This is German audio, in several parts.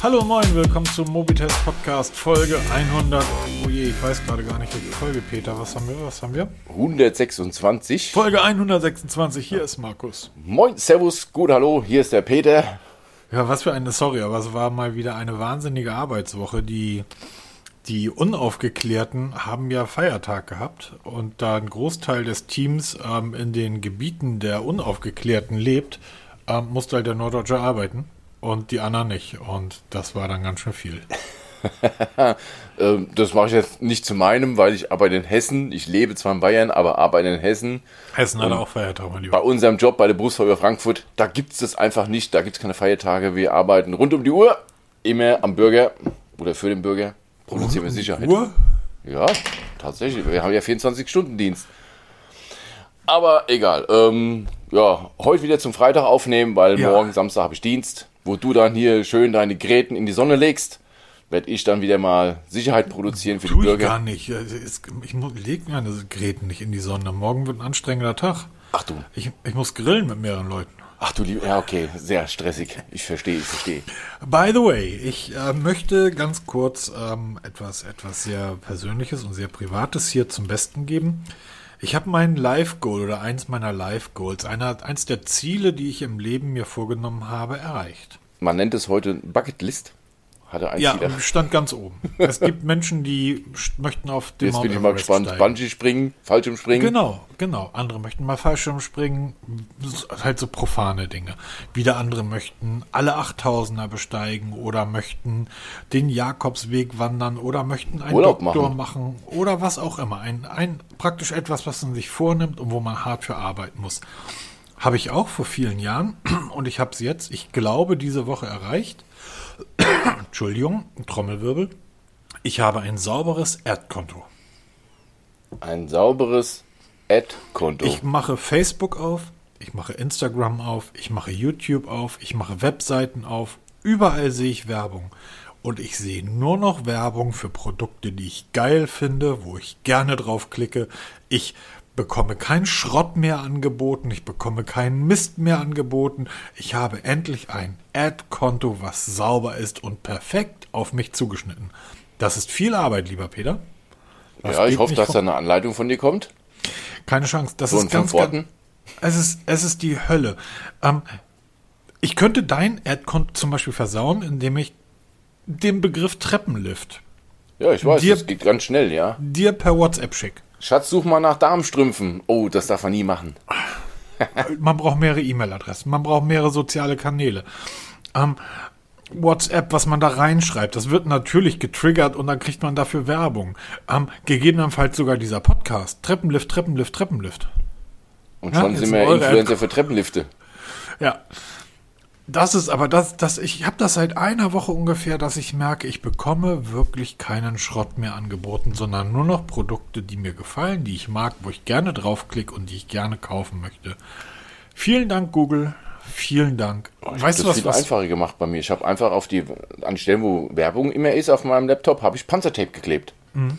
Hallo, moin, willkommen zum Mobitest Podcast Folge 100. Oh je, ich weiß gerade gar nicht, welche Folge, Peter. Was haben wir? 126. Folge 126, hier ist Markus. Moin, servus, gut, hallo, hier ist der Peter. Ja, was für eine Story, aber es war mal wieder eine wahnsinnige Arbeitswoche. Die Unaufgeklärten haben ja Feiertag gehabt und da ein Großteil des Teams in den Gebieten der Unaufgeklärten lebt, musste halt der Norddeutsche arbeiten. Und die anderen nicht. Und das war dann ganz schön viel. Das mache ich jetzt nicht zu meinem, weil ich arbeite in Hessen. Ich lebe zwar in Bayern, aber arbeite in Hessen. Hessen hat auch Feiertag, mein Lieber. Bei unserem Job bei der Berufsfeuerwehr Frankfurt, da gibt es das einfach nicht. Da gibt es keine Feiertage. Wir arbeiten rund um die Uhr, immer am Bürger oder für den Bürger. Produzieren wir Sicherheit. Uhr? Ja, tatsächlich. Wir haben ja 24-Stunden-Dienst. Aber egal. Heute wieder zum Freitag aufnehmen, weil morgen Samstag habe ich Dienst. Wo du dann hier schön deine Gräten in die Sonne legst, werde ich dann wieder mal Sicherheit produzieren für die Bürger. Ich gar nicht. Ich lege meine Gräten nicht in die Sonne. Morgen wird ein anstrengender Tag. Ach du. Ich muss grillen mit mehreren Leuten. Ach du, ja okay, sehr stressig. Ich verstehe. By the way, ich möchte ganz kurz etwas sehr Persönliches und sehr Privates hier zum Besten geben. Ich habe mein Life-Goal oder eins meiner Life-Goals, eins der Ziele, die ich im Leben mir vorgenommen habe, erreicht. Man nennt es heute Bucketlist. Hatte ein Ziel. Stand ganz oben. Es gibt Menschen, die möchten auf dem Jetzt bin ich mal gespannt. steigen. Bungee springen, Fallschirmspringen. Genau. Andere möchten mal Fallschirm springen. Halt so profane Dinge. Wieder andere möchten alle 8000er besteigen oder möchten den Jakobsweg wandern oder möchten einen Urlaub Doktor machen oder was auch immer. Praktisch etwas, was man sich vornimmt und wo man hart für arbeiten muss. Habe ich auch vor vielen Jahren und ich habe es jetzt, ich glaube, diese Woche erreicht. Entschuldigung, Trommelwirbel. Ich habe ein sauberes Ad-Konto. Ein sauberes Ad-Konto. Ich mache Facebook auf, ich mache Instagram auf, ich mache YouTube auf, ich mache Webseiten auf. Überall sehe ich Werbung. Und ich sehe nur noch Werbung für Produkte, die ich geil finde, wo ich gerne drauf klicke. Ich bekomme keinen Schrott mehr angeboten, ich bekomme keinen Mist mehr angeboten. Ich habe endlich ein Ad-Konto, was sauber ist und perfekt auf mich zugeschnitten. Das ist viel Arbeit, lieber Peter. Ja, ich hoffe, dass da eine Anleitung von dir kommt. Keine Chance. Das so ist ganz. Es ist die Hölle. Ich könnte dein Ad-Konto zum Beispiel versauen, indem ich den Begriff Treppenlift ja, ich weiß, das geht ganz schnell, ja. dir per WhatsApp schicke. Schatz, such mal nach Darmstrümpfen. Oh, das darf man nie machen. Man braucht mehrere E-Mail-Adressen, man braucht mehrere soziale Kanäle. WhatsApp, was man da reinschreibt, das wird natürlich getriggert und dann kriegt man dafür Werbung. Gegebenenfalls sogar dieser Podcast. Treppenlift. Und schon sind wir Influencer für Treppenlifte. Ja. Das ist aber ich habe das seit einer Woche ungefähr, dass ich merke, ich bekomme wirklich keinen Schrott mehr angeboten, sondern nur noch Produkte, die mir gefallen, die ich mag, wo ich gerne draufklicke und die ich gerne kaufen möchte. Vielen Dank, Google. Vielen Dank. Weißt du was? Das ist viel einfacher gemacht bei mir. Ich habe einfach an Stellen, wo Werbung immer ist, auf meinem Laptop, habe ich Panzertape geklebt. Mhm.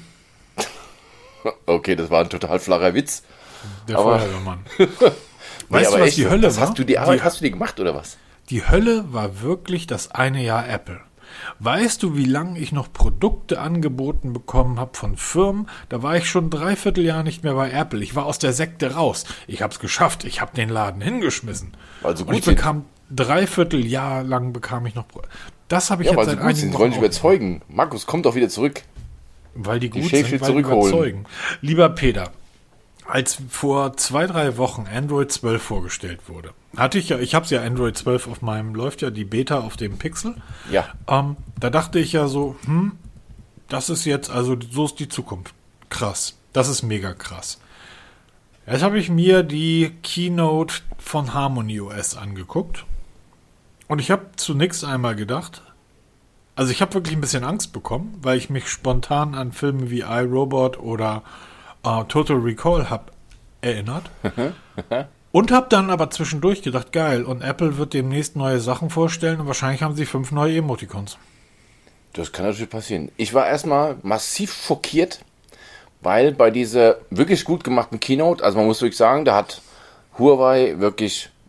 Okay, das war ein total flacher Witz. Der Feuerwehrmann. Weißt du, was die Hölle war? Hast du die gemacht oder was? Die Hölle war wirklich das eine Jahr Apple. Weißt du, wie lange ich noch Produkte angeboten bekommen habe von Firmen? Da war ich schon 3/4 Jahr nicht mehr bei Apple. Ich war aus der Sekte raus. Ich habe es geschafft. Ich habe den Laden hingeschmissen. Also gut. Und ich bekam 3/4 Jahr lang bekam ich noch. Das habe ich jetzt seit einigen Wochen. Sie wollen dich überzeugen. Markus, komm doch wieder zurück. Weil die gut sind, weil die überzeugen. Lieber Peter, als vor 2-3 Wochen Android 12 vorgestellt wurde, ich habe ja Android 12 auf meinem, läuft ja die Beta auf dem Pixel. Ja. Da dachte ich ja so, das ist jetzt, also so ist die Zukunft. Krass. Das ist mega krass. Jetzt habe ich mir die Keynote von HarmonyOS angeguckt und ich habe zunächst einmal gedacht, also ich habe wirklich ein bisschen Angst bekommen, weil ich mich spontan an Filme wie iRobot oder Total Recall habe erinnert. Und habe dann aber zwischendurch gedacht, geil, und Apple wird demnächst neue Sachen vorstellen und wahrscheinlich haben sie 5 neue Emoticons. Das kann natürlich passieren. Ich war erstmal massiv schockiert, weil bei dieser wirklich gut gemachten Keynote, also man muss wirklich sagen, da hat Huawei wirklich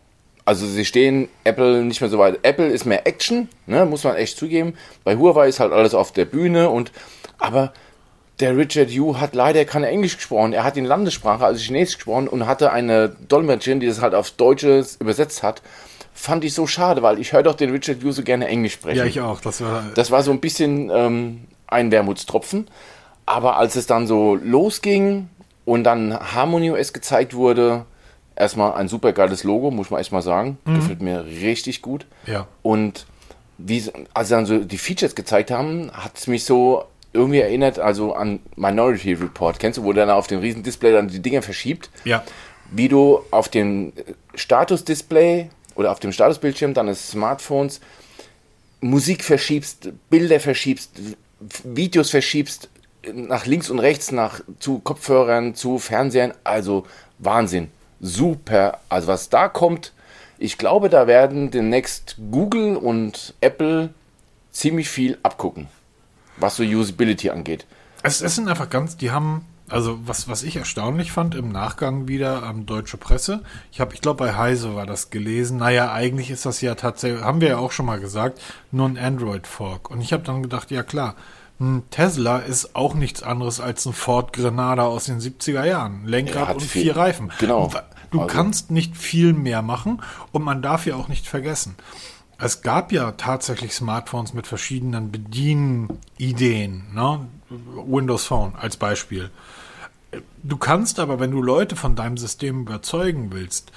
Also sie stehen Apple nicht mehr so weit. Apple ist mehr Action, ne, muss man echt zugeben. Bei Huawei ist halt alles auf der Bühne aber der Richard Yu hat leider kein Englisch gesprochen. Er hat in Landessprache, also Chinesisch gesprochen und hatte eine Dolmetscherin, die das halt auf Deutsches übersetzt hat. Fand ich so schade, weil ich höre doch den Richard Yu so gerne Englisch sprechen. Ja, ich auch. Das war so ein bisschen ein Wermutstropfen. Aber als es dann so losging und dann Harmony OS gezeigt wurde, erstmal ein super geiles Logo, muss man echt mal sagen. Gefällt mir richtig gut. Ja. Und als sie dann so die Features gezeigt haben, hat es mich so irgendwie erinnert, also an Minority Report. Kennst du, wo dann auf dem riesen Display dann die Dinger verschiebt? Ja. Wie du auf dem Status-Display oder auf dem Statusbildschirm deines Smartphones Musik verschiebst, Bilder verschiebst, Videos verschiebst, nach links und rechts, zu Kopfhörern, zu Fernsehern. Also Wahnsinn. Super. Also was da kommt, ich glaube, da werden demnächst Google und Apple ziemlich viel abgucken, was so Usability angeht. Es sind einfach die haben, also was ich erstaunlich fand im Nachgang wieder am Deutsche Presse, ich glaube bei Heise war das gelesen, naja, eigentlich ist das ja tatsächlich, haben wir ja auch schon mal gesagt, nur ein Android-Fork. Und ich habe dann gedacht, ja klar, Tesla ist auch nichts anderes als ein Ford Granada aus den 70er Jahren. Lenkrad und 4 Reifen. Genau. Du kannst nicht viel mehr machen und man darf ja auch nicht vergessen. Es gab ja tatsächlich Smartphones mit verschiedenen Bedienideen, ne? Windows Phone als Beispiel. Du kannst aber, wenn du Leute von deinem System überzeugen willst,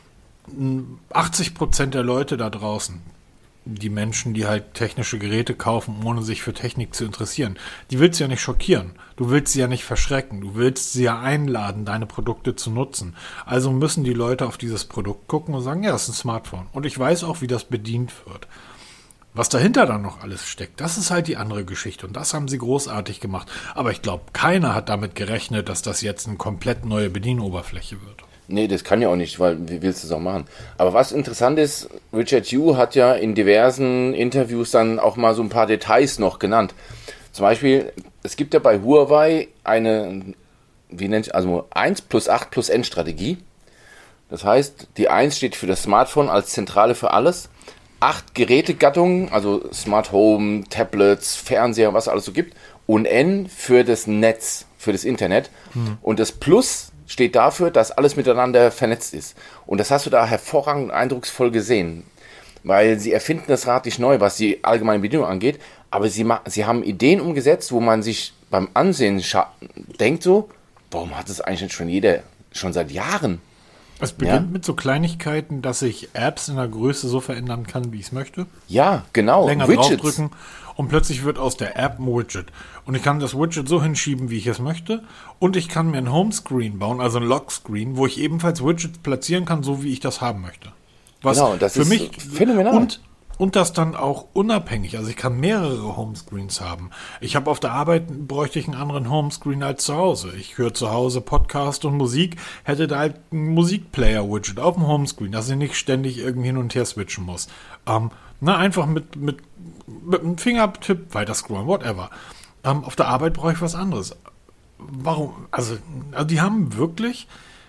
80% der Leute da draußen, die Menschen, die halt technische Geräte kaufen, ohne sich für Technik zu interessieren, die willst du ja nicht schockieren. Du willst sie ja nicht verschrecken. Du willst sie ja einladen, deine Produkte zu nutzen. Also müssen die Leute auf dieses Produkt gucken und sagen, ja, das ist ein Smartphone. Und ich weiß auch, wie das bedient wird. Was dahinter dann noch alles steckt, das ist halt die andere Geschichte. Und das haben sie großartig gemacht. Aber ich glaube, keiner hat damit gerechnet, dass das jetzt eine komplett neue Bedienoberfläche wird. Nee, das kann ja auch nicht, weil wie willst du es auch machen? Aber was interessant ist, Richard Yu hat ja in diversen Interviews dann auch mal so ein paar Details noch genannt. Zum Beispiel, es gibt ja bei Huawei eine, 1 plus 8 plus N Strategie. Das heißt, die 1 steht für das Smartphone als Zentrale für alles. 8 Gerätegattungen, also Smart Home, Tablets, Fernseher, was alles so gibt. Und N für das Netz, für das Internet. Und das Plus steht dafür, dass alles miteinander vernetzt ist. Und das hast du da hervorragend eindrucksvoll gesehen. Weil sie erfinden das Rad nicht neu, was die allgemeine Bedienung angeht. Aber sie haben Ideen umgesetzt, wo man sich beim Ansehen denkt so, warum hat das eigentlich nicht schon jeder, schon seit Jahren? Es beginnt mit so Kleinigkeiten, dass ich Apps in der Größe so verändern kann, wie ich es möchte. Ja, genau. Länger draufdrücken und plötzlich wird aus der App ein Widget. Und ich kann das Widget so hinschieben, wie ich es möchte. Und ich kann mir ein Homescreen bauen, also ein Lockscreen, wo ich ebenfalls Widgets platzieren kann, so wie ich das haben möchte. Was genau, das für ist mich phänomenal. Und das dann auch unabhängig. Also ich kann mehrere Homescreens haben. Ich habe auf der Arbeit, bräuchte ich einen anderen Homescreen als zu Hause. Ich höre zu Hause Podcast und Musik, hätte da halt ein Musikplayer-Widget auf dem Homescreen, dass ich nicht ständig irgendwie hin und her switchen muss. Einfach mit einem Fingertipp weiter scrollen, whatever. Auf der Arbeit brauche ich was anderes. Warum? Also die haben wirklich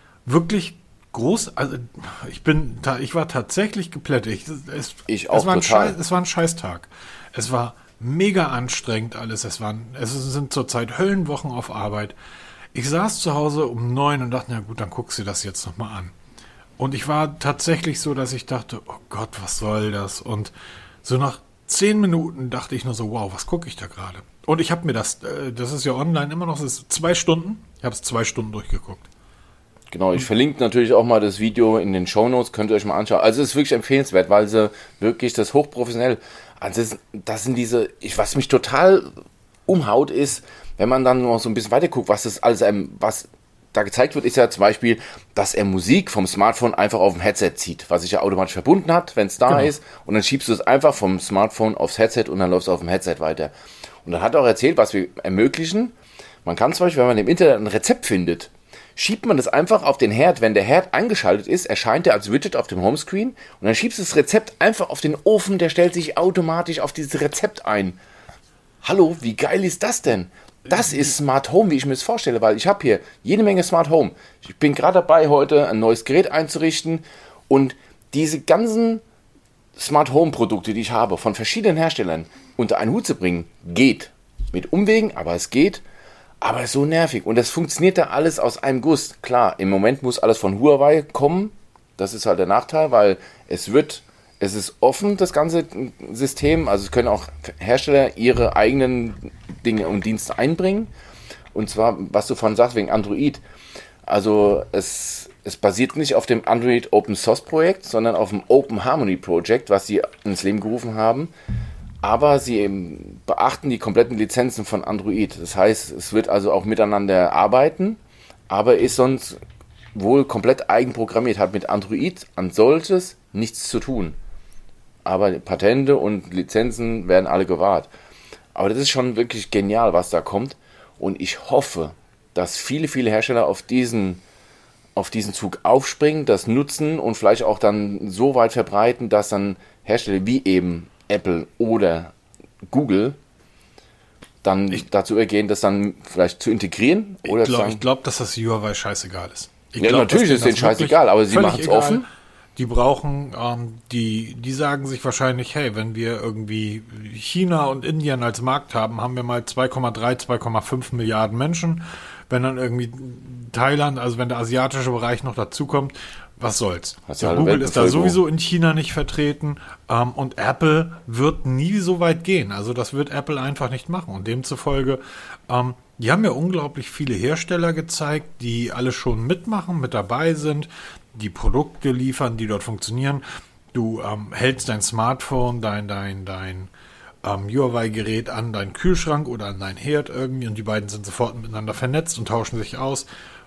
groß, also ich war tatsächlich geplättet. Ich auch total. Es war ein Scheißtag. Es war mega anstrengend alles. Es sind zurzeit Höllenwochen auf Arbeit. Ich saß zu Hause um 9 und dachte, na gut, dann guckst du das jetzt nochmal an. Und ich war tatsächlich so, dass ich dachte, oh Gott, was soll das? Und so nach 10 Minuten dachte ich nur so, wow, was gucke ich da gerade? Und ich habe mir das ist ja online immer noch, das ist 2 Stunden. Ich habe es 2 Stunden durchgeguckt. Genau, ich verlinke natürlich auch mal das Video in den Shownotes, könnt ihr euch mal anschauen. Also es ist wirklich empfehlenswert, weil sie wirklich das hochprofessionell, also das sind was mich total umhaut ist, wenn man dann noch so ein bisschen weiter guckt, was da gezeigt wird, ist ja zum Beispiel, dass er Musik vom Smartphone einfach auf dem Headset zieht, was sich ja automatisch verbunden hat, wenn es da ist, und dann schiebst du es einfach vom Smartphone aufs Headset und dann läuft es auf dem Headset weiter. Und dann hat er auch erzählt, was wir ermöglichen. Man kann zum Beispiel, wenn man im Internet ein Rezept findet, schiebt man das einfach auf den Herd. Wenn der Herd eingeschaltet ist, erscheint er als Widget auf dem Homescreen und dann schiebst du das Rezept einfach auf den Ofen, der stellt sich automatisch auf dieses Rezept ein. Hallo, wie geil ist das denn? Das ist Smart Home, wie ich mir das vorstelle, weil ich habe hier jede Menge Smart Home. Ich bin gerade dabei, heute ein neues Gerät einzurichten und diese ganzen Smart Home Produkte, die ich habe, von verschiedenen Herstellern unter einen Hut zu bringen, geht. Mit Umwegen, aber es geht. Aber es ist so nervig. Und das funktioniert da alles aus einem Guss. Klar, im Moment muss alles von Huawei kommen. Das ist halt der Nachteil, weil es ist offen, das ganze System. Also es können auch Hersteller ihre eigenen Dinge und Dienste einbringen. Und zwar, was du vorhin sagst, wegen Android. Also es basiert nicht auf dem Android Open Source Projekt, sondern auf dem Open Harmony Project, was sie ins Leben gerufen haben. Aber sie eben beachten die kompletten Lizenzen von Android. Das heißt, es wird also auch miteinander arbeiten, aber ist sonst wohl komplett eigenprogrammiert, hat mit Android an solches nichts zu tun. Aber Patente und Lizenzen werden alle gewahrt. Aber das ist schon wirklich genial, was da kommt. Und ich hoffe, dass viele, viele Hersteller auf diesen Zug aufspringen, das nutzen und vielleicht auch dann so weit verbreiten, dass dann Hersteller wie eben Apple oder Google dann dazu übergehen, das dann vielleicht zu integrieren? Oder ich glaube, dass das Huawei scheißegal ist. Natürlich ist denen scheißegal, aber sie machen es offen. Die brauchen, die sagen sich wahrscheinlich, hey, wenn wir irgendwie China und Indien als Markt haben, haben wir mal 2,3, 2,5 Milliarden Menschen. Wenn dann irgendwie Thailand, also wenn der asiatische Bereich noch dazukommt, was soll's? Google ist da sowieso in China nicht vertreten und Apple wird nie so weit gehen. Also das wird Apple einfach nicht machen. Und demzufolge, die haben ja unglaublich viele Hersteller gezeigt, die alle schon mitmachen, mit dabei sind, die Produkte liefern, die dort funktionieren. Du hältst dein Smartphone, dein Huawei-Gerät an deinen Kühlschrank oder an deinen Herd irgendwie und die beiden sind sofort miteinander vernetzt und tauschen sich aus.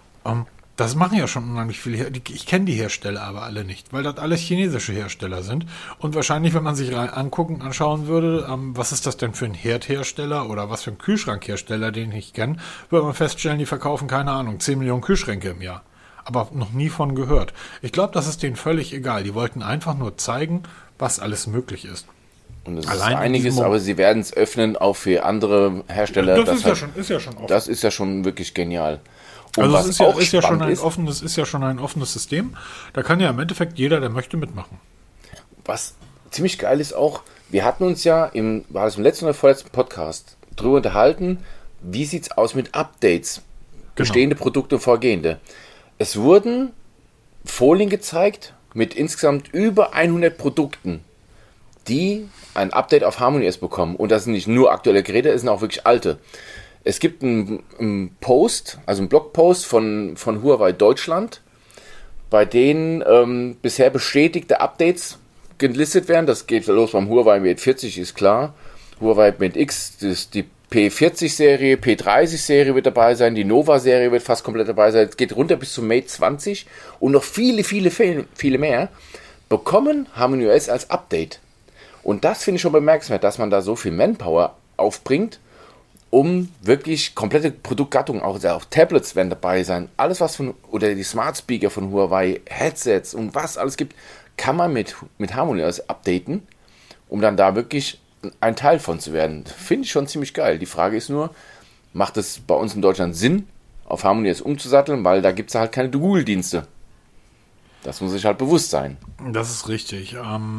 Das machen ja schon unheimlich viele. Ich kenne die Hersteller aber alle nicht, weil das alles chinesische Hersteller sind. Und wahrscheinlich, wenn man sich anschauen würde, was ist das denn für ein Herdhersteller oder was für ein Kühlschrankhersteller, den ich kenne, würde man feststellen, die verkaufen, keine Ahnung, 10 Millionen Kühlschränke im Jahr. Aber noch nie von gehört. Ich glaube, das ist denen völlig egal. Die wollten einfach nur zeigen, was alles möglich ist. Und es ist einiges, aber sie werden es öffnen auch für andere Hersteller. Das ist ja schon offen. Das ist ja schon wirklich genial. Und also es ist ja schon ein offenes System. Da kann ja im Endeffekt jeder, der möchte, mitmachen. Was ziemlich geil ist auch, wir hatten uns ja war das im letzten oder vorletzten Podcast drüber unterhalten, wie sieht es aus mit Updates, bestehende Produkte und vorgehende. Es wurden Folien gezeigt mit insgesamt über 100 Produkten, die ein Update auf HarmonyOS bekommen. Und das sind nicht nur aktuelle Geräte, es sind auch wirklich alte. Es gibt einen Post, also einen Blogpost von Huawei Deutschland, bei denen bisher bestätigte Updates gelistet werden. Das geht los beim Huawei Mate 40, ist klar. Huawei Mate X, die P40-Serie, P30-Serie wird dabei sein, die Nova-Serie wird fast komplett dabei sein. Es geht runter bis zum Mate 20 und noch viele, viele, viele mehr bekommen HarmonyOS als Update. Und das finde ich schon bemerkenswert, dass man da so viel Manpower aufbringt, um wirklich komplette Produktgattungen, auch Tablets werden dabei sein, alles was oder die Smart Speaker von Huawei, Headsets und was alles gibt, kann man mit HarmonyOS updaten, um dann da wirklich ein Teil von zu werden. Finde ich schon ziemlich geil. Die Frage ist nur, macht es bei uns in Deutschland Sinn, auf HarmonyOS umzusatteln, weil da gibt es halt keine Google-Dienste. Das muss sich halt bewusst sein. Das ist richtig.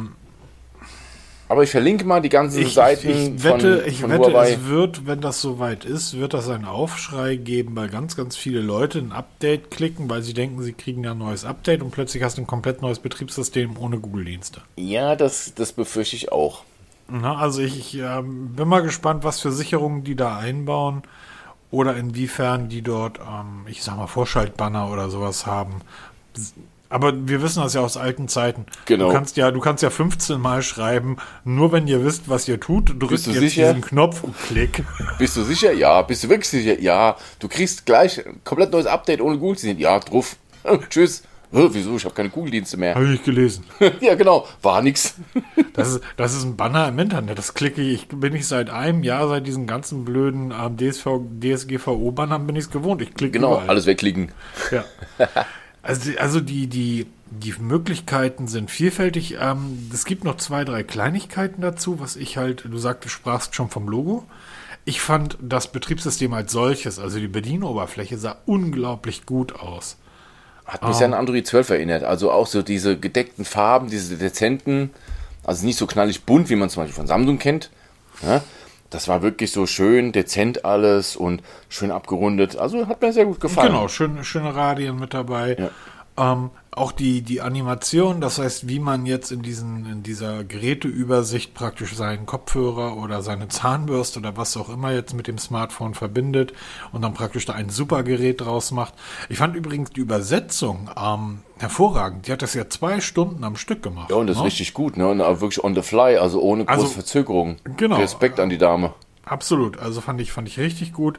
Aber ich verlinke mal die ganzen Seiten ich wette, Huawei. Es wird, wenn das soweit ist, wird das einen Aufschrei geben, weil ganz, ganz viele Leute ein Update klicken, weil sie denken, sie kriegen ja ein neues Update und plötzlich hast du ein komplett neues Betriebssystem ohne Google-Dienste. Ja, das befürchte ich auch. Na, also ich bin mal gespannt, was für Sicherungen die da einbauen oder inwiefern die dort, ich sag mal, Vorschaltbanner oder sowas haben. Aber wir wissen das ja aus alten Zeiten. Genau. Du kannst ja 15 Mal schreiben, nur wenn ihr wisst, was ihr tut, drückt jetzt diesen Knopf und klick. Bist du sicher? Ja. Bist du wirklich sicher? Ja. Du kriegst gleich ein komplett neues Update ohne Google. Ja, drauf. Tschüss. Wieso? Ich habe keine Google-Dienste mehr. Habe ich nicht gelesen. Ja, genau. War nix. Das ist ein Banner im Internet. Das klicke ich. Bin ich seit einem Jahr, seit diesen ganzen blöden DSGVO-Bannern bin ich es gewohnt. Ich klicke überall. Alles wegklicken. Ja. Also die Möglichkeiten sind vielfältig. Es gibt noch 2, 3 Kleinigkeiten dazu, was ich halt, du sprachst schon vom Logo. Ich fand das Betriebssystem als solches, also die Bedienoberfläche, sah unglaublich gut aus. Hat mich sehr an Android 12 erinnert. Also auch so diese gedeckten Farben, diese dezenten, also nicht so knallig bunt, wie man zum Beispiel von Samsung kennt. Ja, das war wirklich so schön dezent alles und schön abgerundet. Also hat mir sehr gut gefallen. Genau, schöne Radien mit dabei. Ja. Auch die Animation, das heißt, wie man jetzt in dieser Geräteübersicht praktisch seinen Kopfhörer oder seine Zahnbürste oder was auch immer jetzt mit dem Smartphone verbindet und dann praktisch da ein super Gerät draus macht. Ich fand übrigens die Übersetzung hervorragend. Die hat das ja 2 Stunden am Stück gemacht. Ja, und das ist richtig gut, ne? Und auch wirklich on the fly, also ohne große Verzögerung. Genau. Respekt an die Dame. Absolut, also fand ich richtig gut.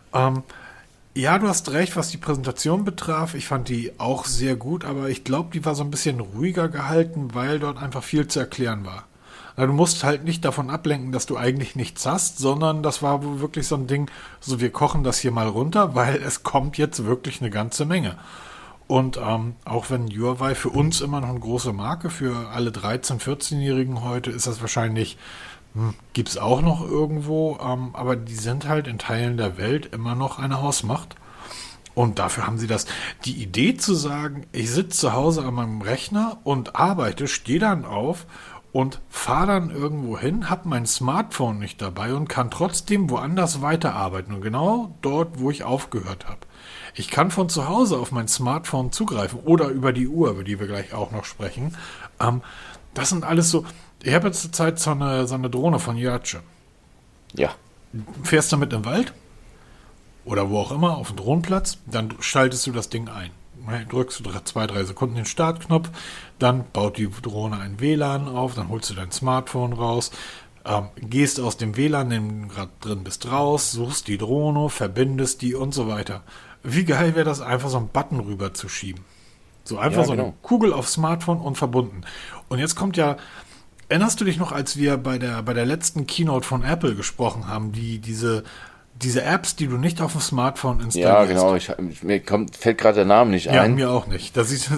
Ja, du hast recht, was die Präsentation betraf. Ich fand die auch sehr gut, aber ich glaube, die war so ein bisschen ruhiger gehalten, weil dort einfach viel zu erklären war. Na, du musst halt nicht davon ablenken, dass du eigentlich nichts hast, sondern das war wohl wirklich so ein Ding, so wir kochen das hier mal runter, weil es kommt jetzt wirklich eine ganze Menge. Und auch wenn Huawei für uns immer noch eine große Marke, für alle 13-, 14-Jährigen heute ist das wahrscheinlich... Gibt es auch noch irgendwo, aber die sind halt in Teilen der Welt immer noch eine Hausmacht. Und dafür haben sie die Idee zu sagen, ich sitze zu Hause an meinem Rechner und arbeite, stehe dann auf und fahre dann irgendwo hin, habe mein Smartphone nicht dabei und kann trotzdem woanders weiterarbeiten. Und genau dort, wo ich aufgehört habe. Ich kann von zu Hause auf mein Smartphone zugreifen oder über die Uhr, über die wir gleich auch noch sprechen. Das sind alles so... Ich habe jetzt zur Zeit so eine Drohne von Yachtche. Ja. Fährst damit im Wald oder wo auch immer, auf dem Drohnenplatz, dann schaltest du das Ding ein. Drückst du 2, 3 Sekunden den Startknopf, dann baut die Drohne ein WLAN auf, dann holst du dein Smartphone raus, gehst aus dem WLAN, in dem du gerade drin bist, raus, suchst die Drohne, verbindest die und so weiter. Wie geil wäre das, einfach so einen Button rüber zu schieben. So einfach so eine Kugel aufs Smartphone und verbunden. Und jetzt kommt ja... Erinnerst du dich noch, als wir bei der letzten Keynote von Apple gesprochen haben, diese Apps, die du nicht auf dem Smartphone installierst? Ja, genau. Mir fällt gerade der Name nicht ein. Ja, mir auch nicht.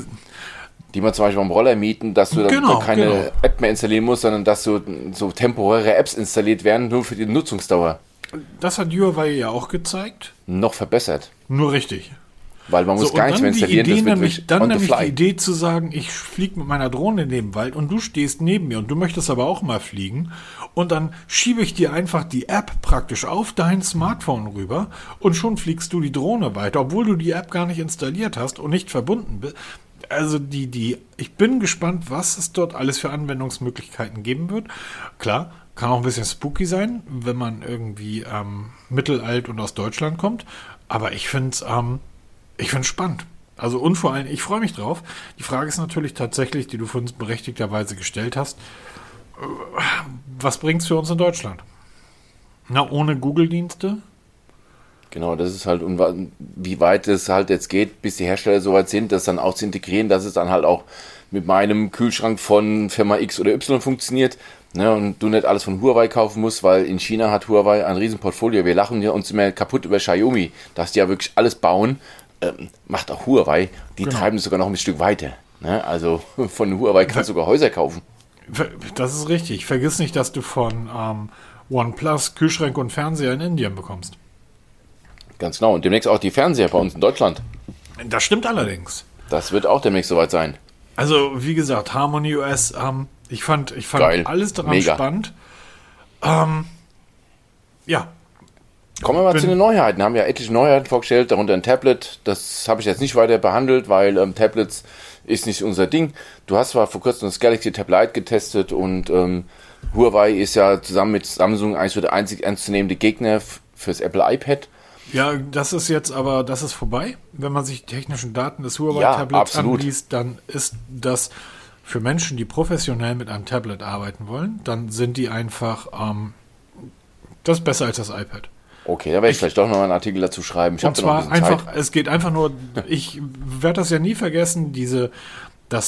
Die man zum Beispiel am Roller mieten, dass du dann keine App mehr installieren musst, sondern dass so temporäre Apps installiert werden, nur für die Nutzungsdauer. Das hat Huawei ja auch gezeigt. Noch verbessert. Nur richtig. Weil man muss gar nichts mehr installieren, das wird nämlich die Idee zu sagen, ich fliege mit meiner Drohne in den Wald und du stehst neben mir und du möchtest aber auch mal fliegen und dann schiebe ich dir einfach die App praktisch auf dein Smartphone rüber und schon fliegst du die Drohne weiter, obwohl du die App gar nicht installiert hast und nicht verbunden bist. Also ich bin gespannt, was es dort alles für Anwendungsmöglichkeiten geben wird. Klar, kann auch ein bisschen spooky sein, wenn man irgendwie mittelalt und aus Deutschland kommt, aber ich finde es spannend. Also und vor allem, ich freue mich drauf. Die Frage ist natürlich tatsächlich, die du für uns berechtigterweise gestellt hast, was bringt es für uns in Deutschland? Na, ohne Google-Dienste? Genau, das ist halt, wie weit es halt jetzt geht, bis die Hersteller soweit sind, das dann auch zu integrieren, dass es dann halt auch mit meinem Kühlschrank von Firma X oder Y funktioniert. Ne, und du nicht alles von Huawei kaufen musst, weil in China hat Huawei ein Riesenportfolio. Wir lachen ja uns immer kaputt über Xiaomi, dass die ja wirklich alles bauen. Macht auch Huawei, die treiben es sogar noch ein Stück weiter. Ne? Also von Huawei kannst du sogar Häuser kaufen. Das ist richtig. Vergiss nicht, dass du von OnePlus Kühlschränke und Fernseher in Indien bekommst. Ganz genau. Und demnächst auch die Fernseher bei uns in Deutschland. Das stimmt allerdings. Das wird auch demnächst soweit sein. Also, wie gesagt, Harmony OS, ich fand geil. Alles daran spannend. Ja. Kommen wir mal zu den Neuheiten. Haben ja etliche Neuheiten vorgestellt, darunter ein Tablet. Das habe ich jetzt nicht weiter behandelt, weil Tablets ist nicht unser Ding. Du hast zwar vor kurzem das Galaxy Tab Lite getestet und Huawei ist ja zusammen mit Samsung eigentlich so der einzig ernstzunehmende Gegner fürs Apple iPad. Ja, das ist vorbei. Wenn man sich die technischen Daten des Huawei-Tablets anliest, dann ist das für Menschen, die professionell mit einem Tablet arbeiten wollen, dann sind die einfach, das ist besser als das iPad. Okay, da werde ich vielleicht doch noch einen Artikel dazu schreiben. Und zwar einfach, es geht einfach nur, ich werde das ja nie vergessen, das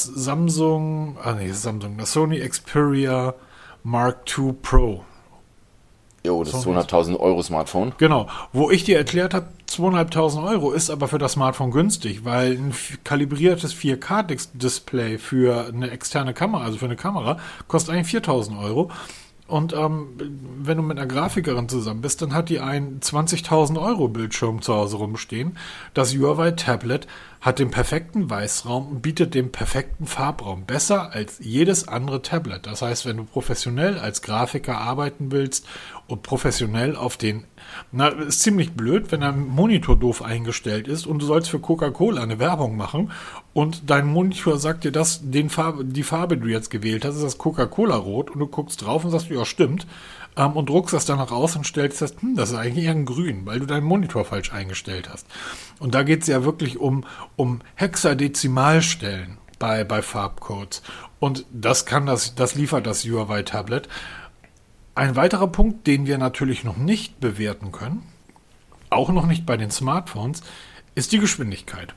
Sony Xperia Mark II Pro. Jo, das 200.000 Euro Smartphone. Genau, wo ich dir erklärt habe, 2.500 Euro ist aber für das Smartphone günstig, weil ein kalibriertes 4K-Display für eine externe Kamera, also für eine Kamera, kostet eigentlich 4.000 Euro. Und wenn du mit einer Grafikerin zusammen bist, dann hat die einen 20.000 Euro Bildschirm zu Hause rumstehen. Das Huawei Tablet hat den perfekten Weißraum und bietet den perfekten Farbraum. Besser als jedes andere Tablet. Das heißt, wenn du professionell als Grafiker arbeiten willst und professionell auf den... ist ziemlich blöd, wenn dein Monitor doof eingestellt ist und du sollst für Coca-Cola eine Werbung machen und dein Monitor sagt dir, die Farbe, die du jetzt gewählt hast, ist das Coca-Cola-Rot und du guckst drauf und sagst, ja, stimmt, und druckst das danach aus und stellst fest, das ist eigentlich eher ein Grün, weil du deinen Monitor falsch eingestellt hast. Und da geht es ja wirklich um Hexadezimalstellen bei Farbcodes. Und das liefert das Huawei Tablet. Ein weiterer Punkt, den wir natürlich noch nicht bewerten können, auch noch nicht bei den Smartphones, ist die Geschwindigkeit.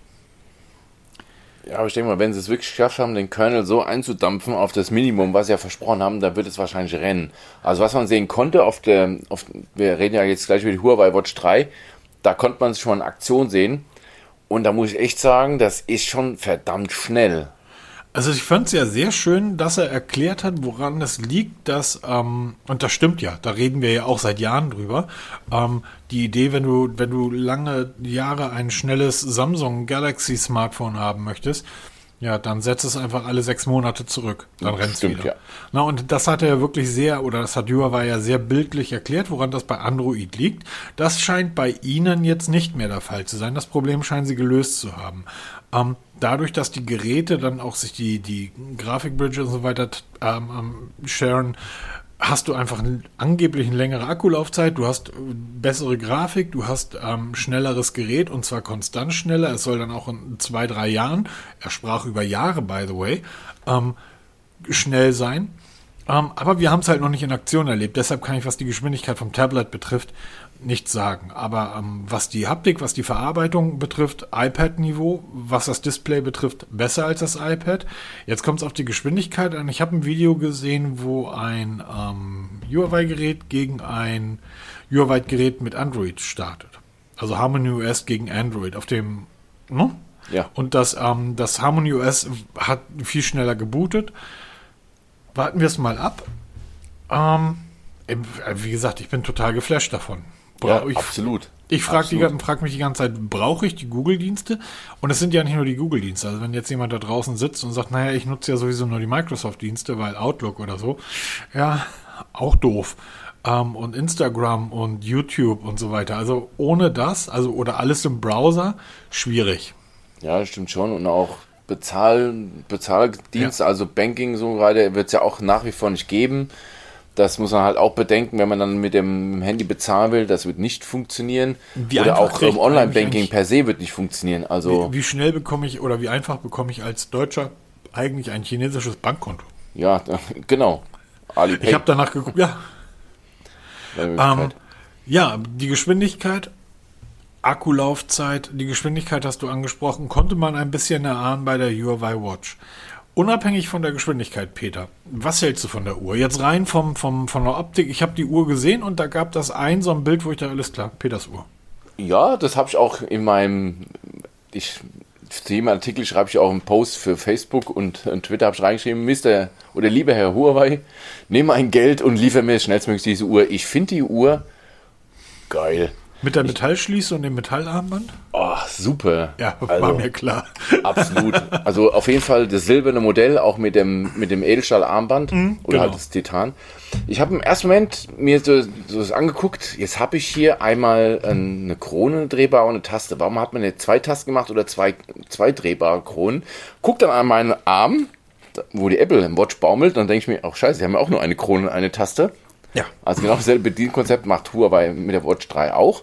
Ja, aber ich denke mal, wenn sie es wirklich geschafft haben, den Kernel so einzudampfen auf das Minimum, was sie ja versprochen haben, dann wird es wahrscheinlich rennen. Also was man sehen konnte, wir reden ja jetzt gleich über die Huawei Watch 3, da konnte man es schon in Aktion sehen. Und da muss ich echt sagen, das ist schon verdammt schnell. Also ich fand es ja sehr schön, dass er erklärt hat, woran es liegt, dass, und das stimmt ja, da reden wir ja auch seit Jahren drüber, die Idee, wenn du lange Jahre ein schnelles Samsung Galaxy Smartphone haben möchtest, ja, dann setzt es einfach alle 6 Monate zurück. Dann rennt es wieder. Ja. Na, und das hat er wirklich das hat Huawei ja sehr bildlich erklärt, woran das bei Android liegt. Das scheint bei Ihnen jetzt nicht mehr der Fall zu sein. Das Problem scheinen Sie gelöst zu haben. Dadurch, dass die Geräte dann auch sich die Grafikbridge und so weiter sharen, hast du einfach angeblich eine längere Akkulaufzeit, du hast bessere Grafik, du hast schnelleres Gerät und zwar konstant schneller. Es soll dann auch in 2-3 Jahren, er sprach über Jahre, by the way, schnell sein. Aber wir haben es halt noch nicht in Aktion erlebt. Deshalb kann ich, was die Geschwindigkeit vom Tablet betrifft, nichts sagen. Aber was die Haptik, was die Verarbeitung betrifft, iPad-Niveau, was das Display betrifft, besser als das iPad. Jetzt kommt es auf die Geschwindigkeit an. Ich habe ein Video gesehen, wo ein Huawei-Gerät gegen ein Huawei-Gerät mit Android startet. Also Harmony OS gegen Android auf dem, ne? Ja. Und das Harmony OS hat viel schneller gebootet. Warten wir es mal ab. Wie gesagt, ich bin total geflasht davon. Absolut. Ich frage mich die ganze Zeit, brauche ich die Google-Dienste? Und es sind ja nicht nur die Google-Dienste. Also wenn jetzt jemand da draußen sitzt und sagt, naja, ich nutze ja sowieso nur die Microsoft-Dienste, weil Outlook oder so, ja, auch doof. Und Instagram und YouTube und so weiter. Also ohne das, oder alles im Browser, schwierig. Ja, das stimmt schon. Und auch Bezahldienste, also Banking, so gerade, wird es ja auch nach wie vor nicht geben. Das muss man halt auch bedenken, wenn man dann mit dem Handy bezahlen will, das wird nicht funktionieren. Oder auch Online-Banking per se wird nicht funktionieren. Also wie einfach bekomme ich als Deutscher eigentlich ein chinesisches Bankkonto? Ja, genau. Alipay. Ich habe danach geguckt, ja. Die Geschwindigkeit, Akkulaufzeit, die Geschwindigkeit hast du angesprochen, konnte man ein bisschen erahnen bei der Huawei Watch. Unabhängig von der Geschwindigkeit, Peter, was hältst du von der Uhr? Jetzt rein von der Optik, ich habe die Uhr gesehen und da gab das so ein Bild, wo ich dachte, alles klar, Peters Uhr. Ja, das habe ich auch in meinem, zu jedem Artikel schreibe ich auch einen Post für Facebook und Twitter habe ich reingeschrieben, lieber Herr Huawei, nimm ein Geld und liefer mir schnellstmöglich diese Uhr. Ich finde die Uhr geil. Mit der Metallschließe und dem Metallarmband? Oh, super. Ja, war mir klar. Absolut. Also auf jeden Fall das silberne Modell, auch mit dem Edelstahlarmband oder halt das Titan. Ich habe im ersten Moment mir so das angeguckt, jetzt habe ich hier einmal eine Krone drehbar und eine Taste. Warum hat man nicht 2 Tasten gemacht oder zwei drehbare Kronen? Guck dann an meinen Arm, wo die Apple im Watch baumelt, dann denke ich mir, scheiße, die haben ja auch nur eine Krone und eine Taste. Ja. Also genau dasselbe Bedienkonzept macht Huawei mit der Watch 3 auch.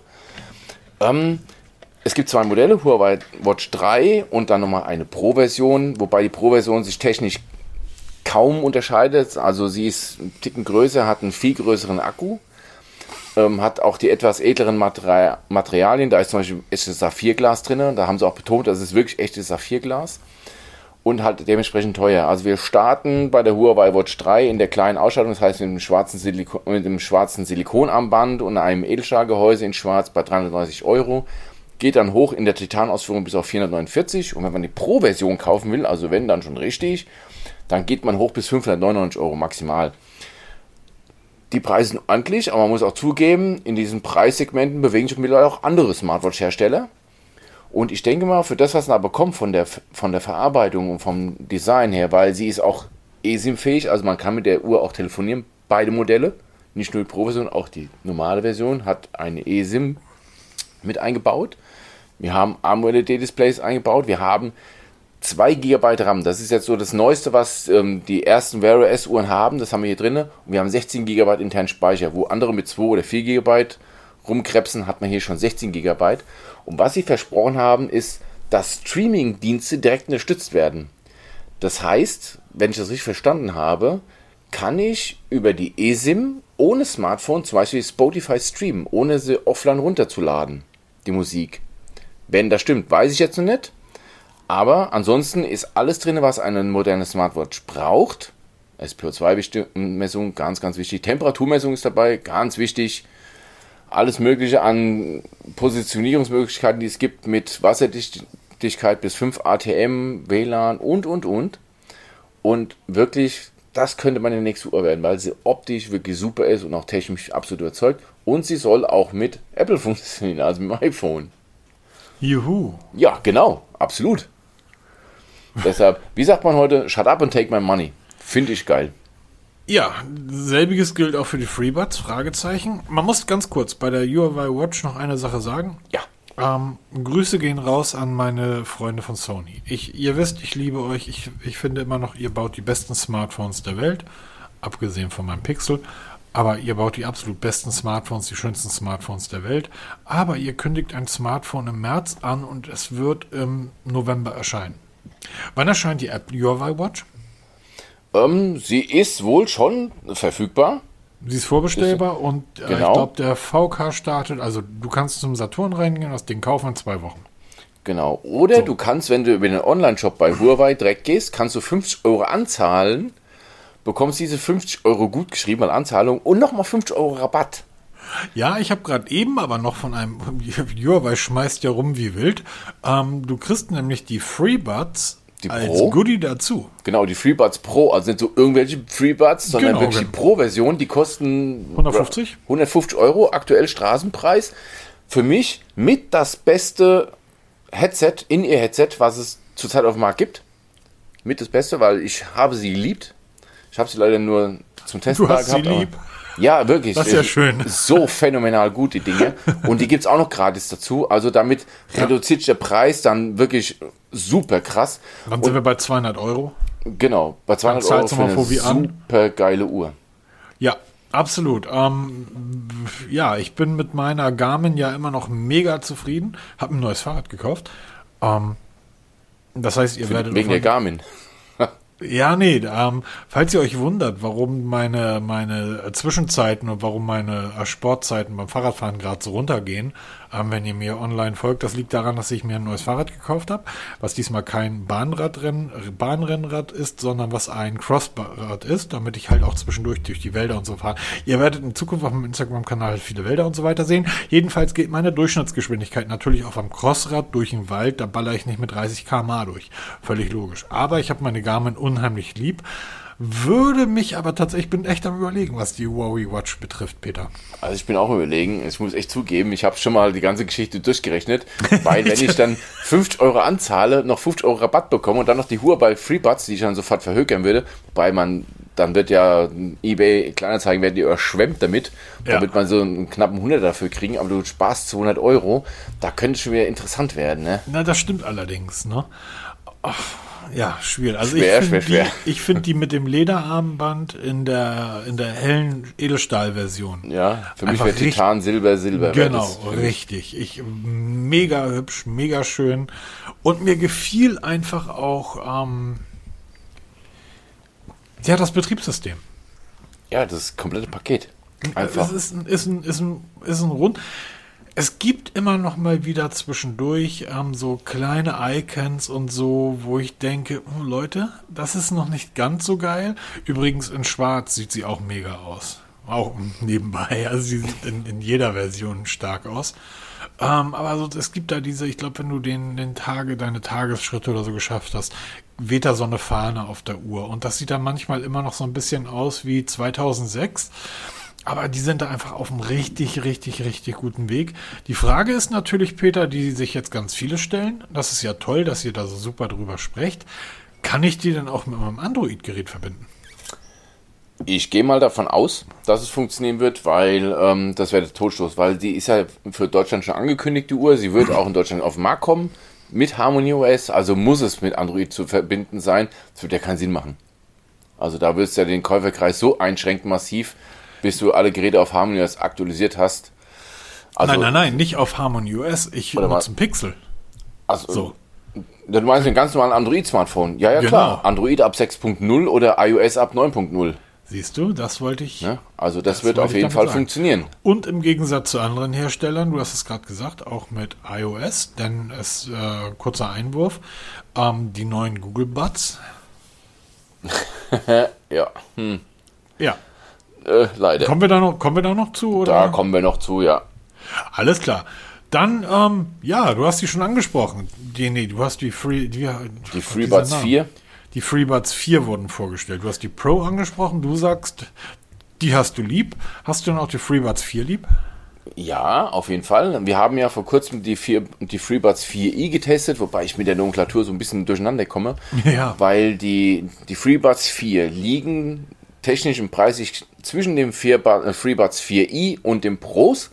Es gibt 2 Modelle, Huawei Watch 3 und dann nochmal eine Pro-Version, wobei die Pro-Version sich technisch kaum unterscheidet. Also sie ist ein Ticken größer, hat einen viel größeren Akku, hat auch die etwas edleren Materialien. Da ist zum Beispiel echtes Saphirglas drin. Da haben sie auch betont, das ist wirklich echtes Saphirglas. Und halt dementsprechend teuer. Also wir starten bei der Huawei Watch 3 in der kleinen Ausstattung, das heißt mit dem schwarzen Silikonarmband und einem Edelstahlgehäuse in schwarz bei 330 €. Geht dann hoch in der Titanausführung bis auf 449. Und wenn man die Pro-Version kaufen will, also wenn dann schon richtig, dann geht man hoch bis 599 € maximal. Die Preise sind ordentlich, aber man muss auch zugeben, in diesen Preissegmenten bewegen sich mittlerweile auch andere Smartwatch-Hersteller. Und ich denke mal, für das, was man bekommt von der Verarbeitung und vom Design her, weil sie ist auch eSIM-fähig, also man kann mit der Uhr auch telefonieren, beide Modelle, nicht nur die Pro-Version, auch die normale Version hat eine eSIM mit eingebaut. Wir haben AMOLED-Displays eingebaut, wir haben 2 GB RAM, das ist jetzt so das Neueste, was die ersten Wear OS-Uhren haben, das haben wir hier drin. Und wir haben 16 GB internen Speicher, wo andere mit 2 oder 4 GB rumkrebsen, hat man hier schon 16 GB. Und was sie versprochen haben, ist, dass Streaming-Dienste direkt unterstützt werden. Das heißt, wenn ich das richtig verstanden habe, kann ich über die eSIM ohne Smartphone zum Beispiel Spotify streamen, ohne sie offline runterzuladen, die Musik. Wenn das stimmt, weiß ich jetzt noch nicht. Aber ansonsten ist alles drin, was eine moderne Smartwatch braucht. SpO2-Messung, ganz, ganz wichtig. Temperaturmessung ist dabei, ganz wichtig. Alles Mögliche an Positionierungsmöglichkeiten, die es gibt, mit Wasserdichtigkeit bis 5 ATM, WLAN und. Und wirklich, das könnte meine nächste Uhr werden, weil sie optisch wirklich super ist und auch technisch absolut überzeugt. Und sie soll auch mit Apple funktionieren, also mit dem iPhone. Juhu. Ja, genau, absolut. Deshalb, wie sagt man heute, shut up and take my money. Finde ich geil. Ja, selbiges gilt auch für die FreeBuds, Fragezeichen. Man muss ganz kurz bei der Huawei Watch noch eine Sache sagen. Ja. Grüße gehen raus an meine Freunde von Sony. Ihr wisst, ich liebe euch. Ich finde immer noch, ihr baut die besten Smartphones der Welt, abgesehen von meinem Pixel. Aber ihr baut die absolut besten Smartphones, die schönsten Smartphones der Welt. Aber ihr kündigt ein Smartphone im März an und es wird im November erscheinen. Wann erscheint die App Huawei Watch? Sie ist wohl schon verfügbar. Sie ist vorbestellbar und genau. Ich glaube, der VK startet, also du kannst zum Saturn reingehen und das Ding kaufen in 2 Wochen. Genau. Oder du kannst, wenn du über den Online-Shop bei Huawei direkt gehst, kannst du 50 € anzahlen, bekommst diese 50 € gut geschrieben als Anzahlung und nochmal 50 € Rabatt. Ja, ich habe gerade eben aber noch von einem, Huawei schmeißt ja rum wie wild, du kriegst nämlich die FreeBuds als Pro? Goodie dazu. Genau, die FreeBuds Pro, also nicht so irgendwelche FreeBuds, sondern Genau, wirklich die Pro-Version, die kosten 150? 150 €, aktuell Straßenpreis. Für mich mit das beste Headset, In-Ear-Headset, was es zurzeit auf dem Markt gibt. Mit das Beste, weil ich habe sie geliebt. Ich habe sie leider nur zum Testen Du hast sie gehabt. lieb. Ja, wirklich. Das ist ja schön. So phänomenal gut, die Dinge. Und die gibt es auch noch gratis dazu. Also damit reduziert sich der Preis dann wirklich super krass. Dann sind wir bei 200 €. Genau, bei 200 Dann € zahlst du für mal eine Fobi an. super geile Uhr. Ja, absolut. Ja, ich bin mit meiner Garmin ja immer noch mega zufrieden. Habe ein neues Fahrrad gekauft. Das heißt, ihr werdet... Wegen der Garmin. Ja, nee, falls ihr euch wundert, warum meine Zwischenzeiten und warum meine Sportzeiten beim Fahrradfahren gerade so runtergehen, wenn ihr mir online folgt, das liegt daran, dass ich mir ein neues Fahrrad gekauft habe, was diesmal kein Bahnrennrad ist, sondern was ein Crossrad ist, damit ich halt auch zwischendurch durch die Wälder und so fahre. Ihr werdet in Zukunft auf meinem Instagram-Kanal viele Wälder und so weiter sehen. Jedenfalls geht meine Durchschnittsgeschwindigkeit natürlich auch am Crossrad durch den Wald, da baller ich nicht mit 30 km/h durch. Völlig logisch. Aber ich habe meine Garmin unheimlich lieb. Würde mich aber tatsächlich, bin echt am Überlegen, was die Huawei Watch betrifft, Peter. Also ich bin auch überlegen, ich muss echt zugeben, ich habe schon mal die ganze Geschichte durchgerechnet, weil wenn ich dann 50 € anzahle, noch 50 € Rabatt bekomme und dann noch die Huawei FreeBuds, die ich dann sofort verhökern würde, wobei dann wird ja eBay Kleinanzeigen werden die überschwemmt damit, damit man so einen knappen 100 dafür kriegen, aber du sparst 200 €, da könnte es schon wieder interessant werden, ne? Na, das stimmt allerdings, ne? Ach, ja, schwierig. Also schwer. Ich finde die mit dem Lederarmband in der hellen Edelstahlversion. Ja, für mich wäre Titan, Silber. Genau, richtig. Mega hübsch, mega schön. Und mir gefiel einfach auch das Betriebssystem. Ja, das komplette Paket. Einfach. Es ist ein Rund. Es gibt immer noch mal wieder zwischendurch so kleine Icons und so, wo ich denke, oh Leute, das ist noch nicht ganz so geil. Übrigens in Schwarz sieht sie auch mega aus. Auch nebenbei. Also sie sieht in jeder Version stark aus. Aber so, es gibt da diese, ich glaube, wenn du deine Tagesschritte oder so geschafft hast, weht da so eine Fahne auf der Uhr. Und das sieht dann manchmal immer noch so ein bisschen aus wie 2006. Aber die sind da einfach auf einem richtig, richtig, richtig guten Weg. Die Frage ist natürlich, Peter, die sich jetzt ganz viele stellen. Das ist ja toll, dass ihr da so super drüber sprecht. Kann ich die denn auch mit meinem Android-Gerät verbinden? Ich gehe mal davon aus, dass es funktionieren wird, weil das wäre der Totstoß, weil die ist ja für Deutschland schon angekündigt, die Uhr. Sie wird auch in Deutschland auf den Markt kommen mit Harmony OS, also muss es mit Android zu verbinden sein. Das wird ja keinen Sinn machen. Also da wirst du ja den Käuferkreis so einschränken massiv, bis du alle Geräte auf Harmony OS aktualisiert hast. Also, nein, nicht auf Harmony OS. Ich nutze einen Pixel. Also, so. Du meinst den ganz normalen Android-Smartphone? Ja, Genau. Klar. Android ab 6.0 oder iOS ab 9.0. Siehst du, das wollte ich. Ja, also das wird auf jeden Fall funktionieren. Und im Gegensatz zu anderen Herstellern, du hast es gerade gesagt, auch mit iOS, denn es, kurzer Einwurf, die neuen Google Buds. Ja. Ja. Leider. Kommen wir da noch zu? Oder? Da kommen wir noch zu, ja. Alles klar. Dann, ja, du hast die schon angesprochen. Du hast die FreeBuds 4. Die FreeBuds 4 wurden vorgestellt. Du hast die Pro angesprochen. Du sagst, die hast du lieb. Hast du denn auch die FreeBuds 4 lieb? Ja, auf jeden Fall. Wir haben ja vor kurzem die FreeBuds 4i getestet, wobei ich mit der Nomenklatur so ein bisschen durcheinander komme. Ja. Weil die FreeBuds 4 liegen technisch und preislich zwischen dem FreeBuds 4i und dem Pros.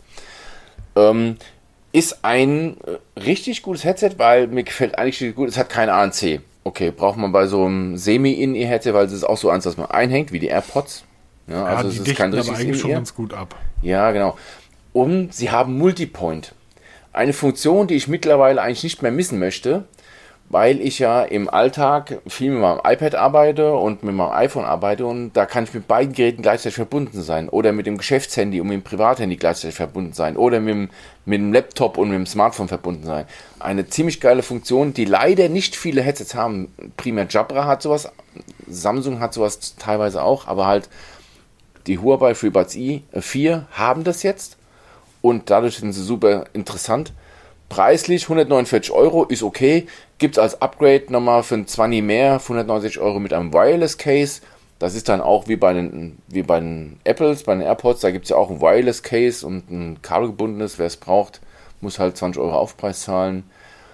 Ist ein richtig gutes Headset, weil mir gefällt eigentlich gut. Es hat keine ANC. Okay, braucht man bei so einem Semi-In-Ear-Headset, weil es ist auch so eins, das man einhängt, wie die AirPods. Ja, also die es ist kein dichten aber richtiges eigentlich schon In-Ear. ganz gut ab. Ja, genau. Und sie haben Multipoint. Eine Funktion, die ich mittlerweile eigentlich nicht mehr missen möchte, weil ich ja im Alltag viel mit meinem iPad arbeite und mit meinem iPhone arbeite und da kann ich mit beiden Geräten gleichzeitig verbunden sein. Oder mit dem Geschäftshandy und mit dem Privathandy gleichzeitig verbunden sein. Oder mit dem Laptop und mit dem Smartphone verbunden sein. Eine ziemlich geile Funktion, die leider nicht viele Headsets haben. Primär Jabra hat sowas, Samsung hat sowas teilweise auch, aber halt die Huawei FreeBuds 4 haben das jetzt. Und dadurch sind sie super interessant. Preislich 149 Euro ist okay. Gibt es als Upgrade nochmal für ein 20 mehr, 190 Euro mit einem Wireless Case. Das ist dann auch wie bei den Apples, bei den AirPods. Da gibt es ja auch ein Wireless Case und ein kabelgebundenes. Wer es braucht, muss halt 20 Euro Aufpreis zahlen.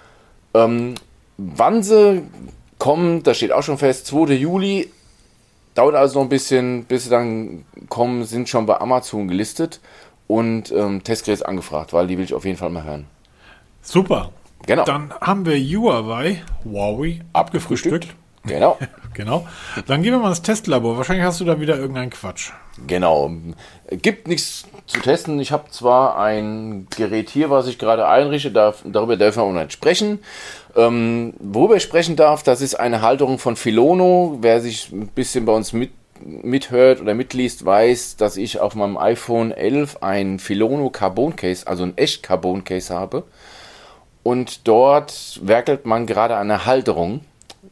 Wann sie kommen, das steht auch schon fest, 2. Juli. Dauert also noch ein bisschen, bis sie dann kommen, sind schon bei Amazon gelistet. Und Testgeräte angefragt, weil die will ich auf jeden Fall mal hören. Super. Genau. Dann haben wir Huawei abgefrühstückt. Genau. Genau. Dann gehen wir mal ins Testlabor. Wahrscheinlich hast du da wieder irgendeinen Quatsch. Genau. Gibt nichts zu testen. Ich habe zwar ein Gerät hier, was ich gerade einrichte, darüber dürfen wir auch nicht sprechen. Worüber ich sprechen darf, das ist eine Halterung von Filono. Wer sich ein bisschen bei uns mithört oder mitliest, weiß, dass ich auf meinem iPhone 11 ein Filono Carbon Case, also ein echt Carbon Case habe. Und dort werkelt man gerade eine Halterung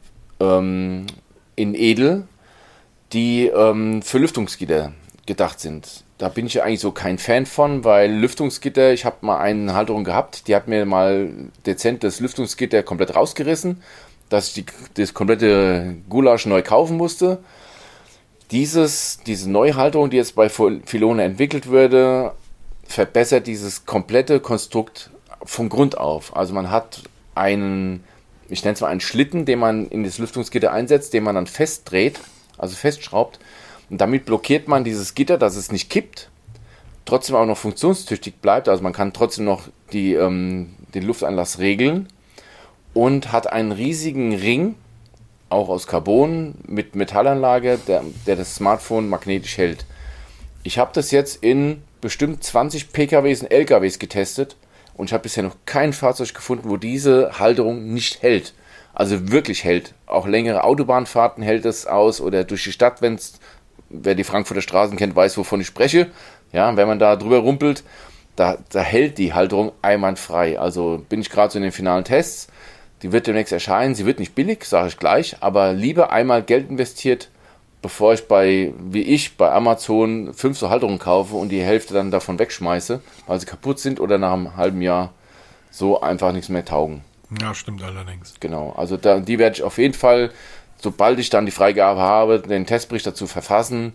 in Edel, die für Lüftungsgitter gedacht sind. Da bin ich ja eigentlich so kein Fan von, weil Lüftungsgitter, ich habe mal eine Halterung gehabt, die hat mir mal dezent das Lüftungsgitter komplett rausgerissen, dass ich das komplette Gulasch neu kaufen musste. Diese Neuhalterung, die jetzt bei Filono entwickelt wurde, verbessert dieses komplette Konstrukt von Grund auf. Also man hat einen, ich nenne es mal einen Schlitten, den man in das Lüftungsgitter einsetzt, den man dann festdreht, also festschraubt. Und damit blockiert man dieses Gitter, dass es nicht kippt, trotzdem auch noch funktionstüchtig bleibt. Also man kann trotzdem noch den Lufteinlass regeln und hat einen riesigen Ring, auch aus Carbon, mit Metallanlage, der das Smartphone magnetisch hält. Ich habe das jetzt in bestimmt 20 PKWs und LKWs getestet und ich habe bisher noch kein Fahrzeug gefunden, wo diese Halterung nicht hält. Also wirklich hält. Auch längere Autobahnfahrten hält es aus oder durch die Stadt, wer die Frankfurter Straßen kennt, weiß, wovon ich spreche. Ja, wenn man da drüber rumpelt, da hält die Halterung einwandfrei. Also bin ich gerade so in den finalen Tests. Die wird demnächst erscheinen. Sie wird nicht billig, sage ich gleich, aber lieber einmal Geld investiert, bevor ich bei Amazon 5 so Halterungen kaufe und die Hälfte dann davon wegschmeiße, weil sie kaputt sind oder nach einem halben Jahr so einfach nichts mehr taugen. Ja, stimmt allerdings. Genau, also die werde ich auf jeden Fall, sobald ich dann die Freigabe habe, den Testbericht dazu verfassen.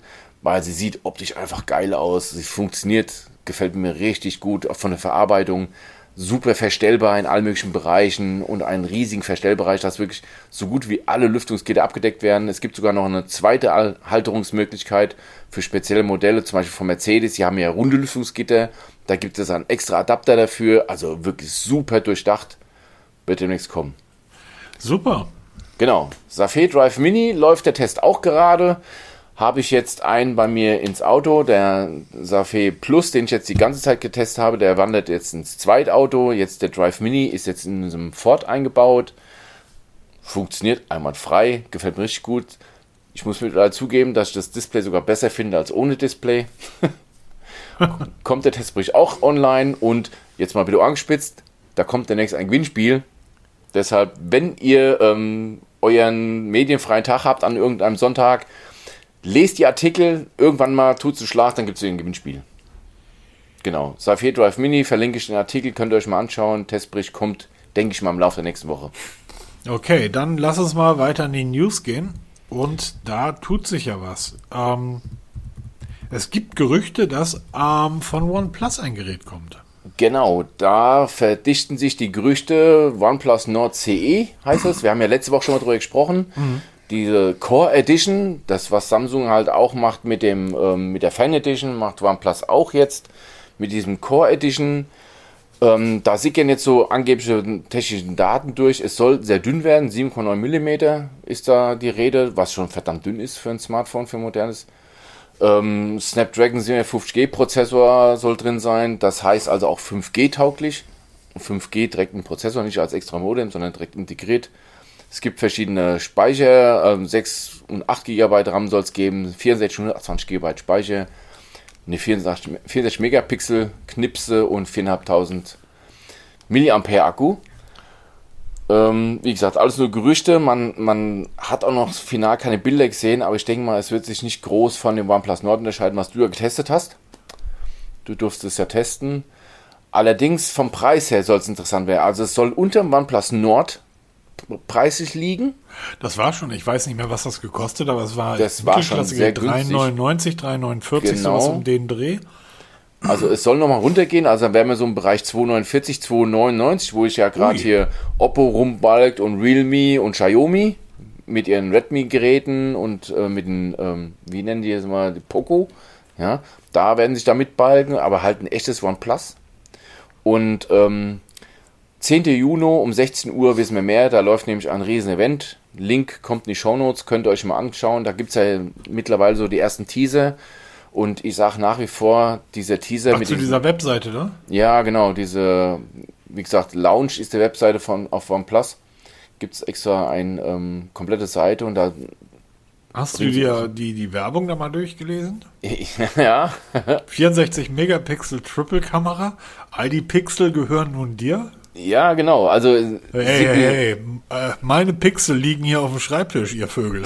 weil sie sieht optisch einfach geil aus. Sie funktioniert, gefällt mir richtig gut, auch von der Verarbeitung. Super verstellbar in allen möglichen Bereichen und einen riesigen Verstellbereich, dass wirklich so gut wie alle Lüftungsgitter abgedeckt werden. Es gibt sogar noch eine zweite Halterungsmöglichkeit für spezielle Modelle, zum Beispiel von Mercedes. Die haben ja runde Lüftungsgitter, da gibt es einen extra Adapter dafür, also wirklich super durchdacht. Wird demnächst kommen. Super. Genau, Safet Drive Mini läuft der Test auch gerade. Habe ich jetzt einen bei mir ins Auto, der Safet Plus, den ich jetzt die ganze Zeit getestet habe, der wandert jetzt ins Zweitauto. Jetzt der Drive Mini ist jetzt in diesem Ford eingebaut. Funktioniert einwandfrei, gefällt mir richtig gut. Ich muss mittlerweile zugeben, dass ich das Display sogar besser finde als ohne Display. Kommt der Testbericht auch online und jetzt mal wieder angespitzt, da kommt demnächst ein Gewinnspiel. Deshalb, wenn ihr euren medienfreien Tag habt an irgendeinem Sonntag, lest die Artikel, irgendwann mal tut es Schlag, dann gibt es ein Gewinnspiel. Genau, Safet Drive Mini, verlinke ich den Artikel, könnt ihr euch mal anschauen. Testbericht kommt, denke ich mal, im Laufe der nächsten Woche. Okay, dann lass uns mal weiter in die News gehen. Und da tut sich ja was. Es gibt Gerüchte, dass von OnePlus ein Gerät kommt. Genau, da verdichten sich die Gerüchte. OnePlus Nord CE heißt es. Wir haben ja letzte Woche schon mal drüber gesprochen. Diese Core Edition, das was Samsung halt auch macht mit der Fan Edition, macht OnePlus auch jetzt mit diesem Core Edition. Da sickern jetzt so angebliche technische Daten durch. Es soll sehr dünn werden, 7,9 mm ist da die Rede, was schon verdammt dünn ist für ein Smartphone, für ein modernes. Snapdragon 750G Prozessor soll drin sein, das heißt also auch 5G tauglich. 5G direkt ein Prozessor, nicht als extra Modem, sondern direkt integriert. Es gibt verschiedene Speicher, 6 und 8 GB RAM soll es geben, 64 und 128 GB Speicher, eine 64 Megapixel Knipse und 4.500 mAh Akku. Wie gesagt, alles nur Gerüchte, man hat auch noch final keine Bilder gesehen, aber ich denke mal, es wird sich nicht groß von dem OnePlus Nord unterscheiden, was du ja getestet hast. Du durftest es ja testen. Allerdings vom Preis her soll es interessant werden. Also es soll unter dem OnePlus Nord preislich liegen. Das war schon, ich weiß nicht mehr, was das gekostet, aber es war schon sehr günstig. 3,99, 3,49, genau. Sowas um den Dreh. Also es soll nochmal runtergehen, also dann wären wir so im Bereich 2,49, 2,99, wo ich ja gerade hier Oppo rumbalgt und Realme und Xiaomi mit ihren Redmi-Geräten und mit den, wie nennen die jetzt mal, die Poco, ja, da werden sich da mitbalgen, aber halt ein echtes OnePlus. Und 10. Juni um 16 Uhr wissen wir mehr, da läuft nämlich ein riesen Event. Link kommt in die Shownotes, könnt ihr euch mal anschauen. Da gibt es ja mittlerweile so die ersten Teaser. Und ich sage nach wie vor, dieser Teaser mit dieser Webseite, ne? Ja, genau, wie gesagt, Launch ist die Webseite auf OnePlus. Gibt es extra eine komplette Seite und da. Hast du dir die Werbung da mal durchgelesen? Ja. 64 Megapixel Triple Kamera. All die Pixel gehören nun dir? Ja, genau. Also hey, meine Pixel liegen hier auf dem Schreibtisch, ihr Vögel.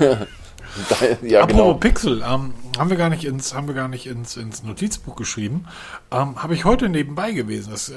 Ja, Apropos genau. Pixel, haben wir gar nicht ins Notizbuch geschrieben. Habe ich heute nebenbei gewesen. Das,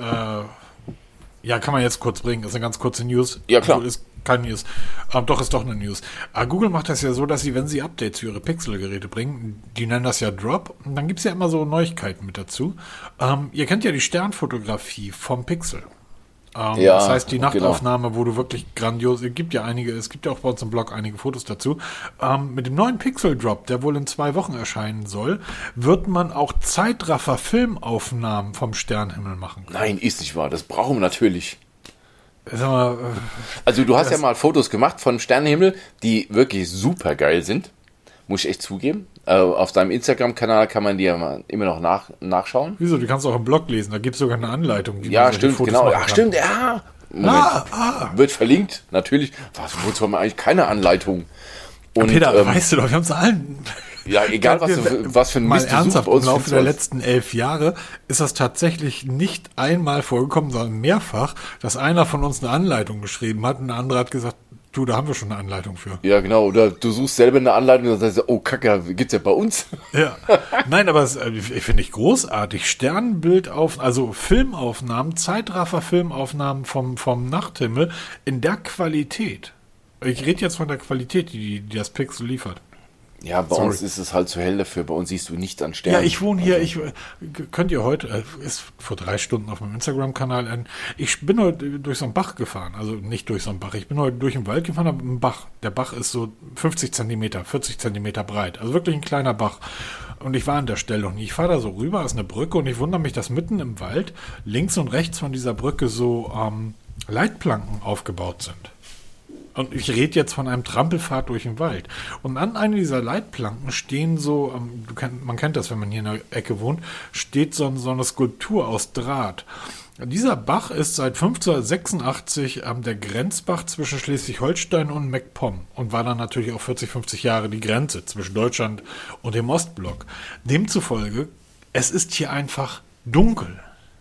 kann man jetzt kurz bringen. Das ist eine ganz kurze News. Ja, klar. Ist kein News. Doch, ist doch eine News. Google macht das ja so, dass sie, wenn sie Updates für ihre Pixel-Geräte bringen, die nennen das ja Drop, und dann gibt es ja immer so Neuigkeiten mit dazu. Ihr kennt ja die Sternfotografie vom Pixel. Das heißt, die Nachtaufnahme, wo du wirklich grandios, es gibt ja auch bei uns im Blog einige Fotos dazu. Mit dem neuen Pixel Drop, der wohl in 2 Wochen erscheinen soll, wird man auch Zeitraffer-Filmaufnahmen vom Sternenhimmel machen können. Nein, ist nicht wahr. Das brauchen wir natürlich. Sag mal, also du hast ja mal Fotos gemacht von Sternenhimmel, die wirklich super geil sind. Muss ich echt zugeben. Auf deinem Instagram-Kanal kann man die ja immer noch nachschauen. Wieso? Du kannst auch im Blog lesen. Da gibt es sogar eine Anleitung. Wie man stimmt, Fotos genau. Ach, stimmt, ja. Wird verlinkt, natürlich. Wozu haben wir eigentlich keine Anleitung? Und, Peter, weißt du doch, wir haben es allen... Ja, egal, was für ein Mist du suchst bei uns. Im Laufe der letzten 11 Jahre ist das tatsächlich nicht einmal vorgekommen, sondern mehrfach, dass einer von uns eine Anleitung geschrieben hat und der andere hat gesagt, du, da haben wir schon eine Anleitung für. Ja, genau. Oder du suchst selber eine Anleitung und sagst, oh, Kacke, gibt's ja bei uns. Ja. Nein, aber ich finde ich großartig. Also Filmaufnahmen, Zeitraffer-Filmaufnahmen vom Nachthimmel in der Qualität. Ich rede jetzt von der Qualität, die das Pixel liefert. Ja, bei uns ist es halt zu hell dafür. Bei uns siehst du nichts an Sternen. Ja, ich wohne hier. Könnt ihr heute, ist vor 3 Stunden auf meinem Instagram-Kanal, ich bin heute durch so einen Bach gefahren. Also nicht durch so einen Bach. Ich bin heute durch den Wald gefahren, aber einen Bach. Der Bach ist so 50 Zentimeter, 40 Zentimeter breit. Also wirklich ein kleiner Bach. Und ich war an der Stelle und ich fahre da so rüber, ist eine Brücke und ich wundere mich, dass mitten im Wald links und rechts von dieser Brücke so Leitplanken aufgebaut sind. Und ich rede jetzt von einem Trampelpfad durch den Wald. Und an einer dieser Leitplanken stehen so, man kennt das, wenn man hier in der Ecke wohnt, steht so eine Skulptur aus Draht. Dieser Bach ist seit 1586 der Grenzbach zwischen Schleswig-Holstein und MacPom und war dann natürlich auch 40, 50 Jahre die Grenze zwischen Deutschland und dem Ostblock. Demzufolge, es ist hier einfach dunkel.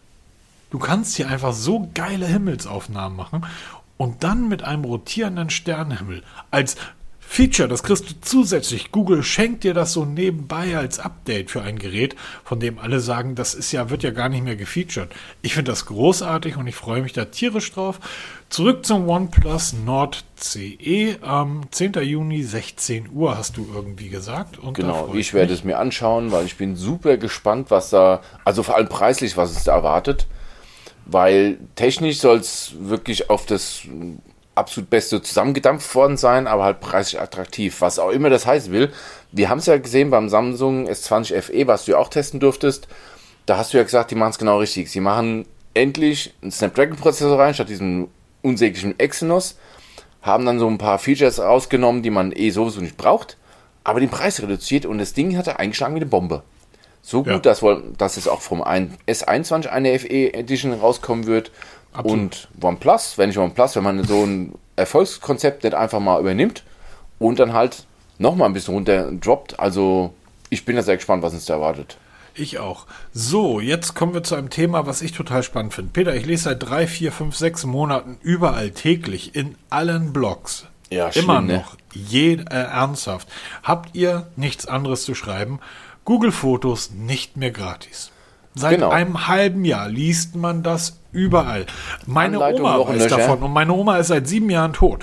Du kannst hier einfach so geile Himmelsaufnahmen machen und dann mit einem rotierenden Sternenhimmel als Feature, das kriegst du zusätzlich. Google schenkt dir das so nebenbei als Update für ein Gerät, von dem alle sagen, das wird ja gar nicht mehr gefeatured. Ich finde das großartig und ich freue mich da tierisch drauf. Zurück zum OnePlus Nord CE. 10. Juni, 16 Uhr hast du irgendwie gesagt. Und genau, ich werde es mir anschauen, weil ich bin super gespannt, was da, also vor allem preislich, was es da erwartet. Weil technisch soll es wirklich auf das absolut Beste zusammengedampft worden sein, aber halt preislich attraktiv, was auch immer das heißen will. Wir haben es ja gesehen beim Samsung S20 FE, was du ja auch testen durftest. Da hast du ja gesagt, die machen es genau richtig. Sie machen endlich einen Snapdragon-Prozessor rein, statt diesem unsäglichen Exynos. Haben dann so ein paar Features rausgenommen, die man sowieso nicht braucht, aber den Preis reduziert und das Ding hat er eingeschlagen wie eine Bombe. So gut, dass es auch vom S21 eine FE Edition rauskommen wird. Absolut. Und OnePlus, wenn man so ein Erfolgskonzept nicht einfach mal übernimmt und dann halt nochmal ein bisschen runter droppt. Also ich bin da sehr gespannt, was uns da erwartet. Ich auch. So, jetzt kommen wir zu einem Thema, was ich total spannend finde. Peter, ich lese seit 3, 4, 5, 6 Monaten überall täglich in allen Blogs. Ja, schlimm, immer noch. Ernsthaft. Habt ihr nichts anderes zu schreiben? Google Fotos nicht mehr gratis. Seit einem halben Jahr liest man das überall. Meine Anleitung Oma weiß davon und meine Oma ist seit 7 Jahren tot.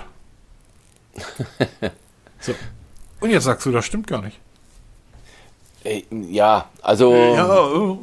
So. Und jetzt sagst du, das stimmt gar nicht. Ja, also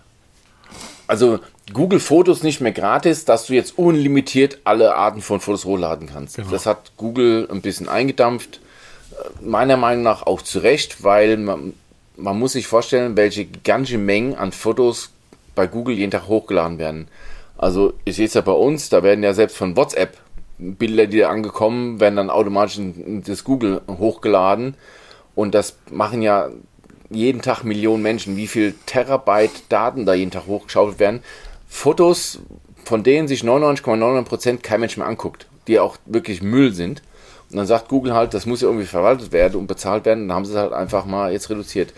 Google Fotos nicht mehr gratis, dass du jetzt unlimitiert alle Arten von Fotos hochladen kannst. Genau. Das hat Google ein bisschen eingedampft. Meiner Meinung nach auch zu Recht, weil man muss sich vorstellen, welche gigantische Mengen an Fotos bei Google jeden Tag hochgeladen werden. Also ich sehe es ja bei uns, da werden ja selbst von WhatsApp Bilder, die da angekommen, werden dann automatisch in das Google hochgeladen und das machen ja jeden Tag Millionen Menschen, wie viel Terabyte Daten da jeden Tag hochgeschaufelt werden. Fotos, von denen sich 99,99% kein Mensch mehr anguckt, die auch wirklich Müll sind. Und dann sagt Google halt, das muss ja irgendwie verwaltet werden und bezahlt werden. Dann haben sie es halt einfach mal jetzt reduziert.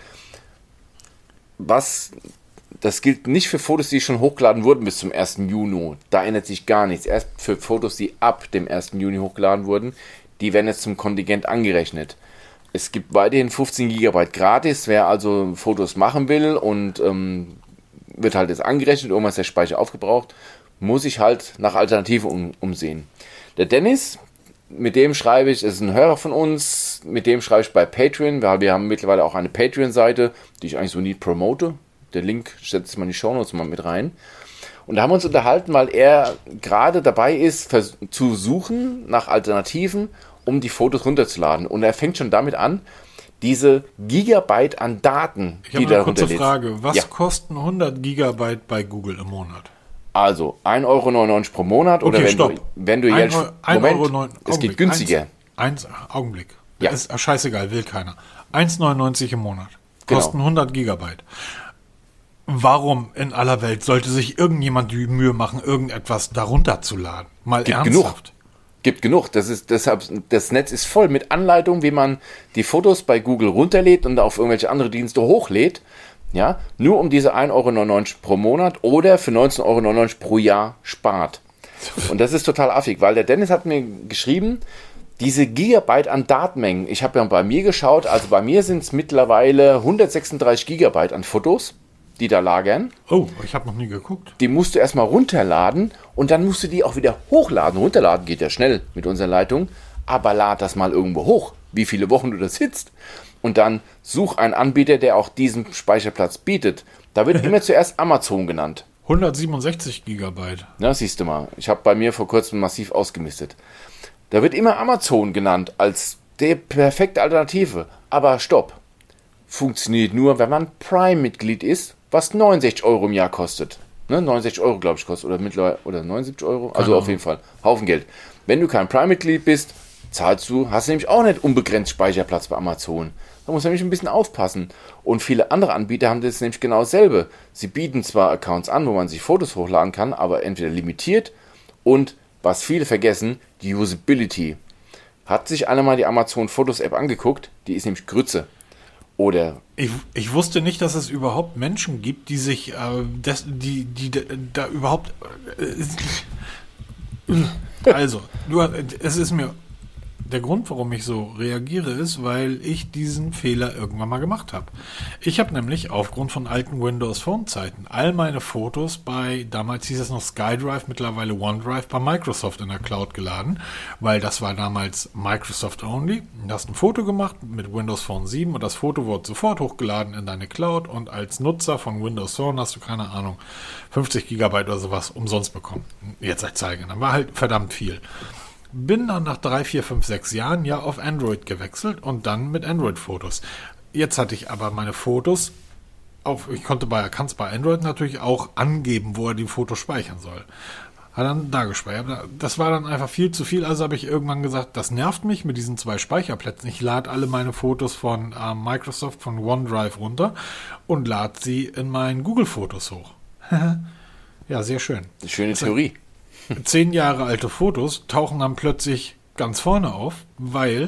Das gilt nicht für Fotos, die schon hochgeladen wurden bis zum 1. Juni. Da ändert sich gar nichts. Erst für Fotos, die ab dem 1. Juni hochgeladen wurden, die werden jetzt zum Kontingent angerechnet. Es gibt weiterhin 15 GB gratis, wer also Fotos machen will und wird halt jetzt angerechnet, irgendwann ist der Speicher aufgebraucht, muss sich halt nach Alternativen umsehen. Der Dennis, mit dem schreibe ich, ist ein Hörer von uns, mit dem schreibe ich bei Patreon, weil wir haben mittlerweile auch eine Patreon-Seite, die ich eigentlich so nie promote. Der Link setze ich mal in die Shownotes mal mit rein. Und da haben wir uns unterhalten, weil er gerade dabei ist, zu suchen nach Alternativen, um die Fotos runterzuladen. Und er fängt schon damit an, diese Gigabyte an Daten, die da runterlädt. Ich habe eine kurze Frage. Was kosten 100 Gigabyte bei Google im Monat? Also 1,99 € pro Monat oder wenn du jetzt... Moment, es geht günstiger. Augenblick. Ja. Ist scheißegal, will keiner. 1,99 € im Monat. Kosten 100 Gigabyte. Warum in aller Welt sollte sich irgendjemand die Mühe machen, irgendetwas darunter zu laden? Mal ernsthaft. Gibt genug. Das Netz ist voll mit Anleitungen, wie man die Fotos bei Google runterlädt und auf irgendwelche andere Dienste hochlädt. Ja, nur um diese 1,99 € pro Monat oder für 19,99 € pro Jahr spart. Und das ist total affig, weil der Dennis hat mir geschrieben, diese Gigabyte an Datenmengen, ich habe ja bei mir geschaut, also bei mir sind es mittlerweile 136 Gigabyte an Fotos, die da lagern. Oh, ich habe noch nie geguckt. Die musst du erstmal runterladen und dann musst du die auch wieder hochladen. Runterladen geht ja schnell mit unserer Leitung, aber lad das mal irgendwo hoch. wie viele Wochen du das sitzt. Und dann such einen Anbieter, der auch diesen Speicherplatz bietet. Da wird immer zuerst Amazon genannt. 167 Gigabyte. Na, siehst du mal. Ich habe bei mir vor kurzem massiv ausgemistet. Da wird immer Amazon genannt als die perfekte Alternative. Aber stopp. Funktioniert nur, wenn man Prime-Mitglied ist, was 69 Euro im Jahr kostet. Ne, 69 Euro, glaube ich, kostet. Oder mittlerweile, oder 79 Euro. Also auf jeden Fall. Haufen Geld. Wenn du kein Prime-Mitglied bist, hast du nämlich auch nicht unbegrenzt Speicherplatz bei Amazon. Da muss man nämlich ein bisschen aufpassen. Und viele andere Anbieter haben das nämlich genau dasselbe. Sie bieten zwar Accounts an, wo man sich Fotos hochladen kann, aber entweder limitiert und, was viele vergessen, die Usability. Hat sich einer mal die Amazon Fotos App angeguckt? Die ist nämlich Grütze. Oder Ich wusste nicht, dass es überhaupt Menschen gibt, die sich da überhaupt also, es ist mir der Grund, warum ich so reagiere, ist, weil ich diesen Fehler irgendwann mal gemacht habe. Ich habe nämlich aufgrund von alten Windows Phone Zeiten all meine Fotos damals hieß es noch SkyDrive, mittlerweile OneDrive, bei Microsoft in der Cloud geladen, weil das war damals Microsoft only. Du hast ein Foto gemacht mit Windows Phone 7 und das Foto wurde sofort hochgeladen in deine Cloud und als Nutzer von Windows Phone hast du, keine Ahnung, 50 Gigabyte oder sowas umsonst bekommen. Jetzt ich zeige, dann war halt verdammt viel. Bin dann nach 3, 4, 5, 6 Jahren ja auf Android gewechselt und dann mit Android-Fotos. Jetzt hatte ich aber meine Fotos ich kann es bei Android natürlich auch angeben, wo er die Fotos speichern soll. Hat dann da gespeichert. Das war dann einfach viel zu viel, also habe ich irgendwann gesagt, das nervt mich mit diesen 2 Speicherplätzen. Ich lade alle meine Fotos von Microsoft, von OneDrive runter und lade sie in meinen Google-Fotos hoch. Ja, sehr schön. Schöne Theorie. 10 Jahre alte Fotos tauchen dann plötzlich ganz vorne auf, weil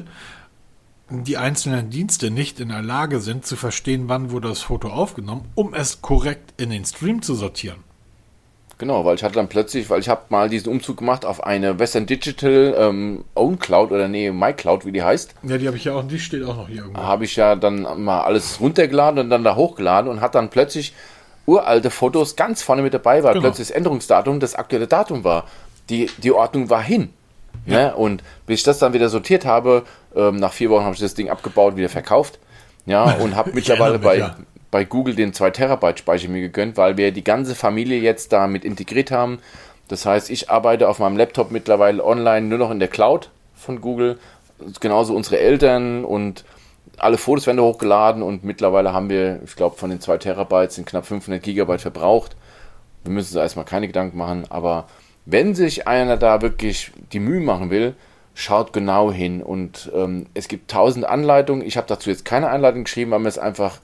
die einzelnen Dienste nicht in der Lage sind zu verstehen, wann wurde das Foto aufgenommen, um es korrekt in den Stream zu sortieren. Genau, weil ich habe mal diesen Umzug gemacht auf eine Western Digital Own Cloud oder MyCloud, wie die heißt. Ja, die habe ich ja auch, die steht auch noch hier irgendwo. Habe ich ja dann mal alles runtergeladen und dann da hochgeladen und hat dann plötzlich uralte Fotos ganz vorne mit dabei, weil plötzlich das Änderungsdatum das aktuelle Datum war. Die Ordnung war hin. Ja. Ne? Und bis ich das dann wieder sortiert habe, nach 4 Wochen habe ich das Ding abgebaut, wieder verkauft. Ja, und habe mittlerweile bei Google den 2 Terabyte Speicher mir gegönnt, weil wir die ganze Familie jetzt damit integriert haben. Das heißt, ich arbeite auf meinem Laptop mittlerweile online nur noch in der Cloud von Google. Genauso unsere Eltern und alle Fotos werden da hochgeladen und mittlerweile haben wir, ich glaube, von den 2 Terabyte sind knapp 500 Gigabyte verbraucht. Wir müssen uns erstmal keine Gedanken machen, aber wenn sich einer da wirklich die Mühe machen will, schaut genau hin und es gibt 1000 Anleitungen. Ich habe dazu jetzt keine Anleitung geschrieben, weil mir es einfach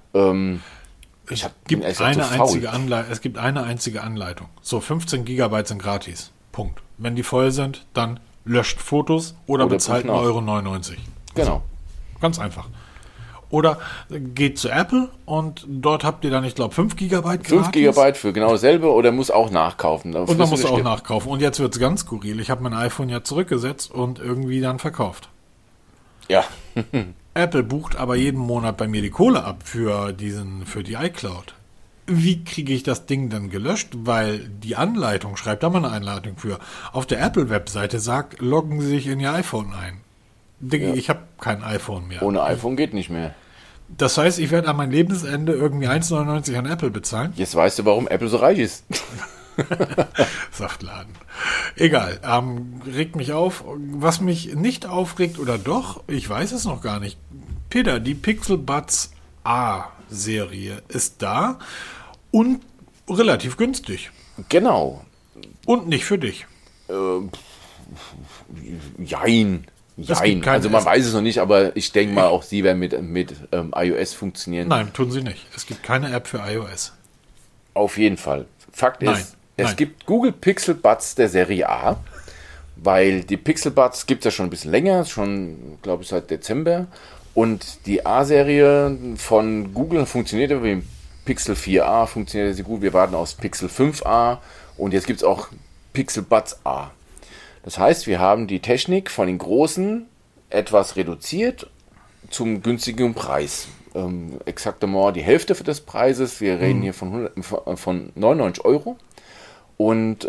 es gibt eine einzige Anleitung. So, 15 Gigabyte sind gratis. Punkt. Wenn die voll sind, dann löscht Fotos oder bezahlt 1,99 €. Genau. Ganz einfach. Oder geht zu Apple und dort habt ihr dann, ich glaube, 5 Gigabyte gratis. 5 Gigabyte für genau dasselbe oder muss auch nachkaufen. Und dann musst du auch nachkaufen. Und jetzt wird es ganz skurril. Ich habe mein iPhone ja zurückgesetzt und irgendwie dann verkauft. Ja. Apple bucht aber jeden Monat bei mir die Kohle ab für die iCloud. Wie kriege ich das Ding dann gelöscht? Weil die Anleitung, schreibt da mal eine Einladung für, auf der Apple-Webseite sagt, loggen Sie sich in Ihr iPhone ein. Digga, ich habe kein iPhone mehr. Ohne iPhone geht nicht mehr. Das heißt, ich werde an mein Lebensende irgendwie 1,99 € an Apple bezahlen. Jetzt weißt du, warum Apple so reich ist. Saftladen. Egal, regt mich auf. Was mich nicht aufregt, oder doch, ich weiß es noch gar nicht. Peter, die Pixel Buds A-Serie ist da und relativ günstig. Genau. Und nicht für dich. Jein. Also man weiß es noch nicht, aber ich denke mal, auch sie werden mit iOS funktionieren. Nein, tun sie nicht. Es gibt keine App für iOS. Auf jeden Fall. Fakt ist, es gibt Google Pixel Buds der Serie A, weil die Pixel Buds gibt es ja schon ein bisschen länger, schon, glaube ich, seit Dezember. Und die A-Serie von Google funktioniert aber wie Pixel 4a, funktioniert sehr gut. Wir warten aus Pixel 5a und jetzt gibt es auch Pixel Buds A. Das heißt, wir haben die Technik von den großen etwas reduziert zum günstigen Preis. Exaktement die Hälfte des Preises. Wir reden hier von 99 € und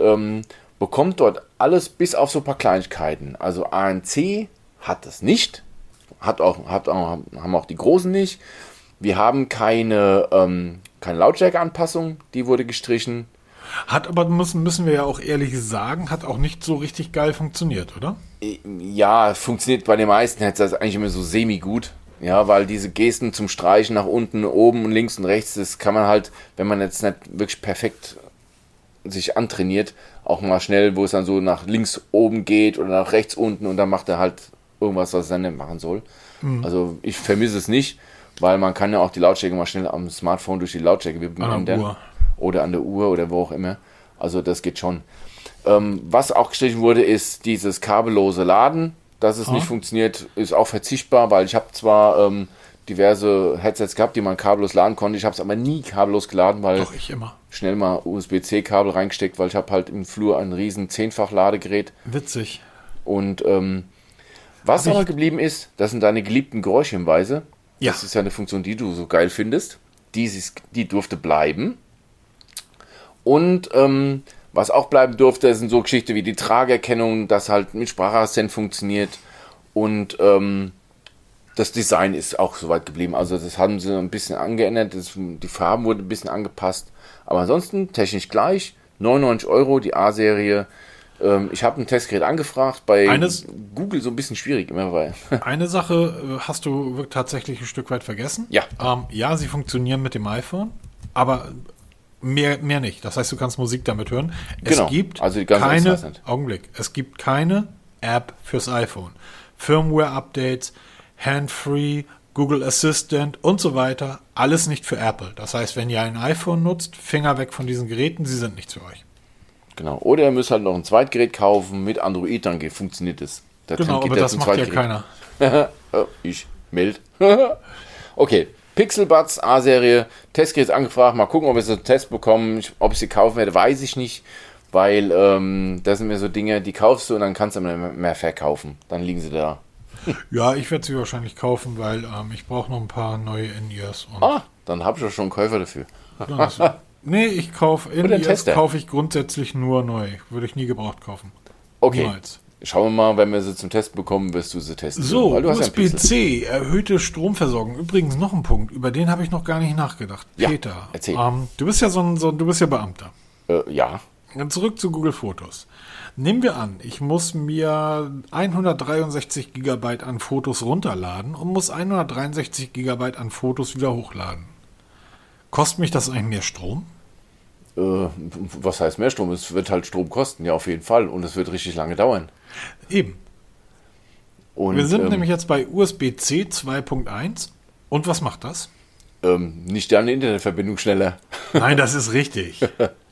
bekommt dort alles bis auf so ein paar Kleinigkeiten. Also ANC hat es nicht. haben auch die großen nicht. Wir haben keine Lautstärkeanpassung, die wurde gestrichen. Hat aber, müssen wir ja auch ehrlich sagen, hat auch nicht so richtig geil funktioniert, oder? Ja, funktioniert bei den meisten jetzt eigentlich immer so semi-gut. Ja, weil diese Gesten zum Streichen nach unten, oben, links und rechts, das kann man halt, wenn man jetzt nicht wirklich perfekt sich antrainiert, auch mal schnell, wo es dann so nach links oben geht oder nach rechts unten und dann macht er halt irgendwas, was er nicht machen soll. Also ich vermisse es nicht, weil man kann ja auch die Lautstärke mal schnell am Smartphone durch die Lautstärke ändern. Oder an der Uhr oder wo auch immer. Also das geht schon. Was auch gestrichen wurde, ist dieses kabellose Laden. Dass es nicht funktioniert, ist auch verzichtbar, weil ich habe zwar diverse Headsets gehabt, die man kabellos laden konnte. Ich habe es aber nie kabellos geladen, weil Doch, ich immer. Schnell mal USB-C-Kabel reingesteckt, weil ich habe halt im Flur ein riesen 10-fach Ladegerät. Witzig. Und was aber geblieben ist, das sind deine geliebten Geräuschhinweise. Ja. Das ist ja eine Funktion, die du so geil findest. Die durfte bleiben. Und was auch bleiben durfte, sind so Geschichten wie die Tragerkennung, das halt mit Sprachassistent funktioniert. Und das Design ist auch soweit geblieben. Also das haben sie ein bisschen angeändert, die Farben wurden ein bisschen angepasst. Aber ansonsten technisch gleich. 99 €, die A-Serie. Ich habe ein Testgerät angefragt, bei Google so ein bisschen schwierig immer, weil... Eine Sache hast du tatsächlich ein Stück weit vergessen. Ja. Ja, sie funktionieren mit dem iPhone, aber mehr nicht. Das heißt, du kannst Musik damit hören. Genau. Es gibt also die ganze es gibt keine App fürs iPhone. Firmware-Updates, Handfree, Google Assistant und so weiter, alles nicht für Apple. Das heißt, wenn ihr ein iPhone nutzt, Finger weg von diesen Geräten, sie sind nichts für euch. Genau, oder ihr müsst halt noch ein Zweitgerät kaufen mit Android, dann funktioniert es. Genau, aber das macht ja keiner. Ich meld. Okay, Pixelbuds A-Serie, Testgerät angefragt, mal gucken, ob wir sie einen Test bekommen. Ob ich sie kaufen werde, weiß ich nicht, weil das sind mir so Dinge, die kaufst du und dann kannst du mehr verkaufen. Dann liegen sie da. Ja, ich werde sie wahrscheinlich kaufen, weil ich brauche noch ein paar neue In-Ears. Dann habe ich doch schon einen Käufer dafür. Nee, ich kaufe In-Ears kaufe ich grundsätzlich nur neu. Würde ich nie gebraucht kaufen. Okay. Niemals. Schauen wir mal, wenn wir sie zum Test bekommen, wirst du sie testen. So, USB-C, erhöhte Stromversorgung. Übrigens noch ein Punkt, über den habe ich noch gar nicht nachgedacht. Ja, Peter, erzähl. Du bist ja du bist ja Beamter. Ja. Zurück zu Google Fotos. Nehmen wir an, ich muss mir 163 GB an Fotos runterladen und muss 163 GB an Fotos wieder hochladen. Kostet mich das eigentlich mehr Strom? Was heißt mehr Strom? Es wird halt Strom kosten, ja, auf jeden Fall. Und es wird richtig lange dauern. Eben. Und, wir sind nämlich jetzt bei USB-C 2.1. Und was macht das? Nicht deine Internetverbindung schneller. Nein, das ist richtig.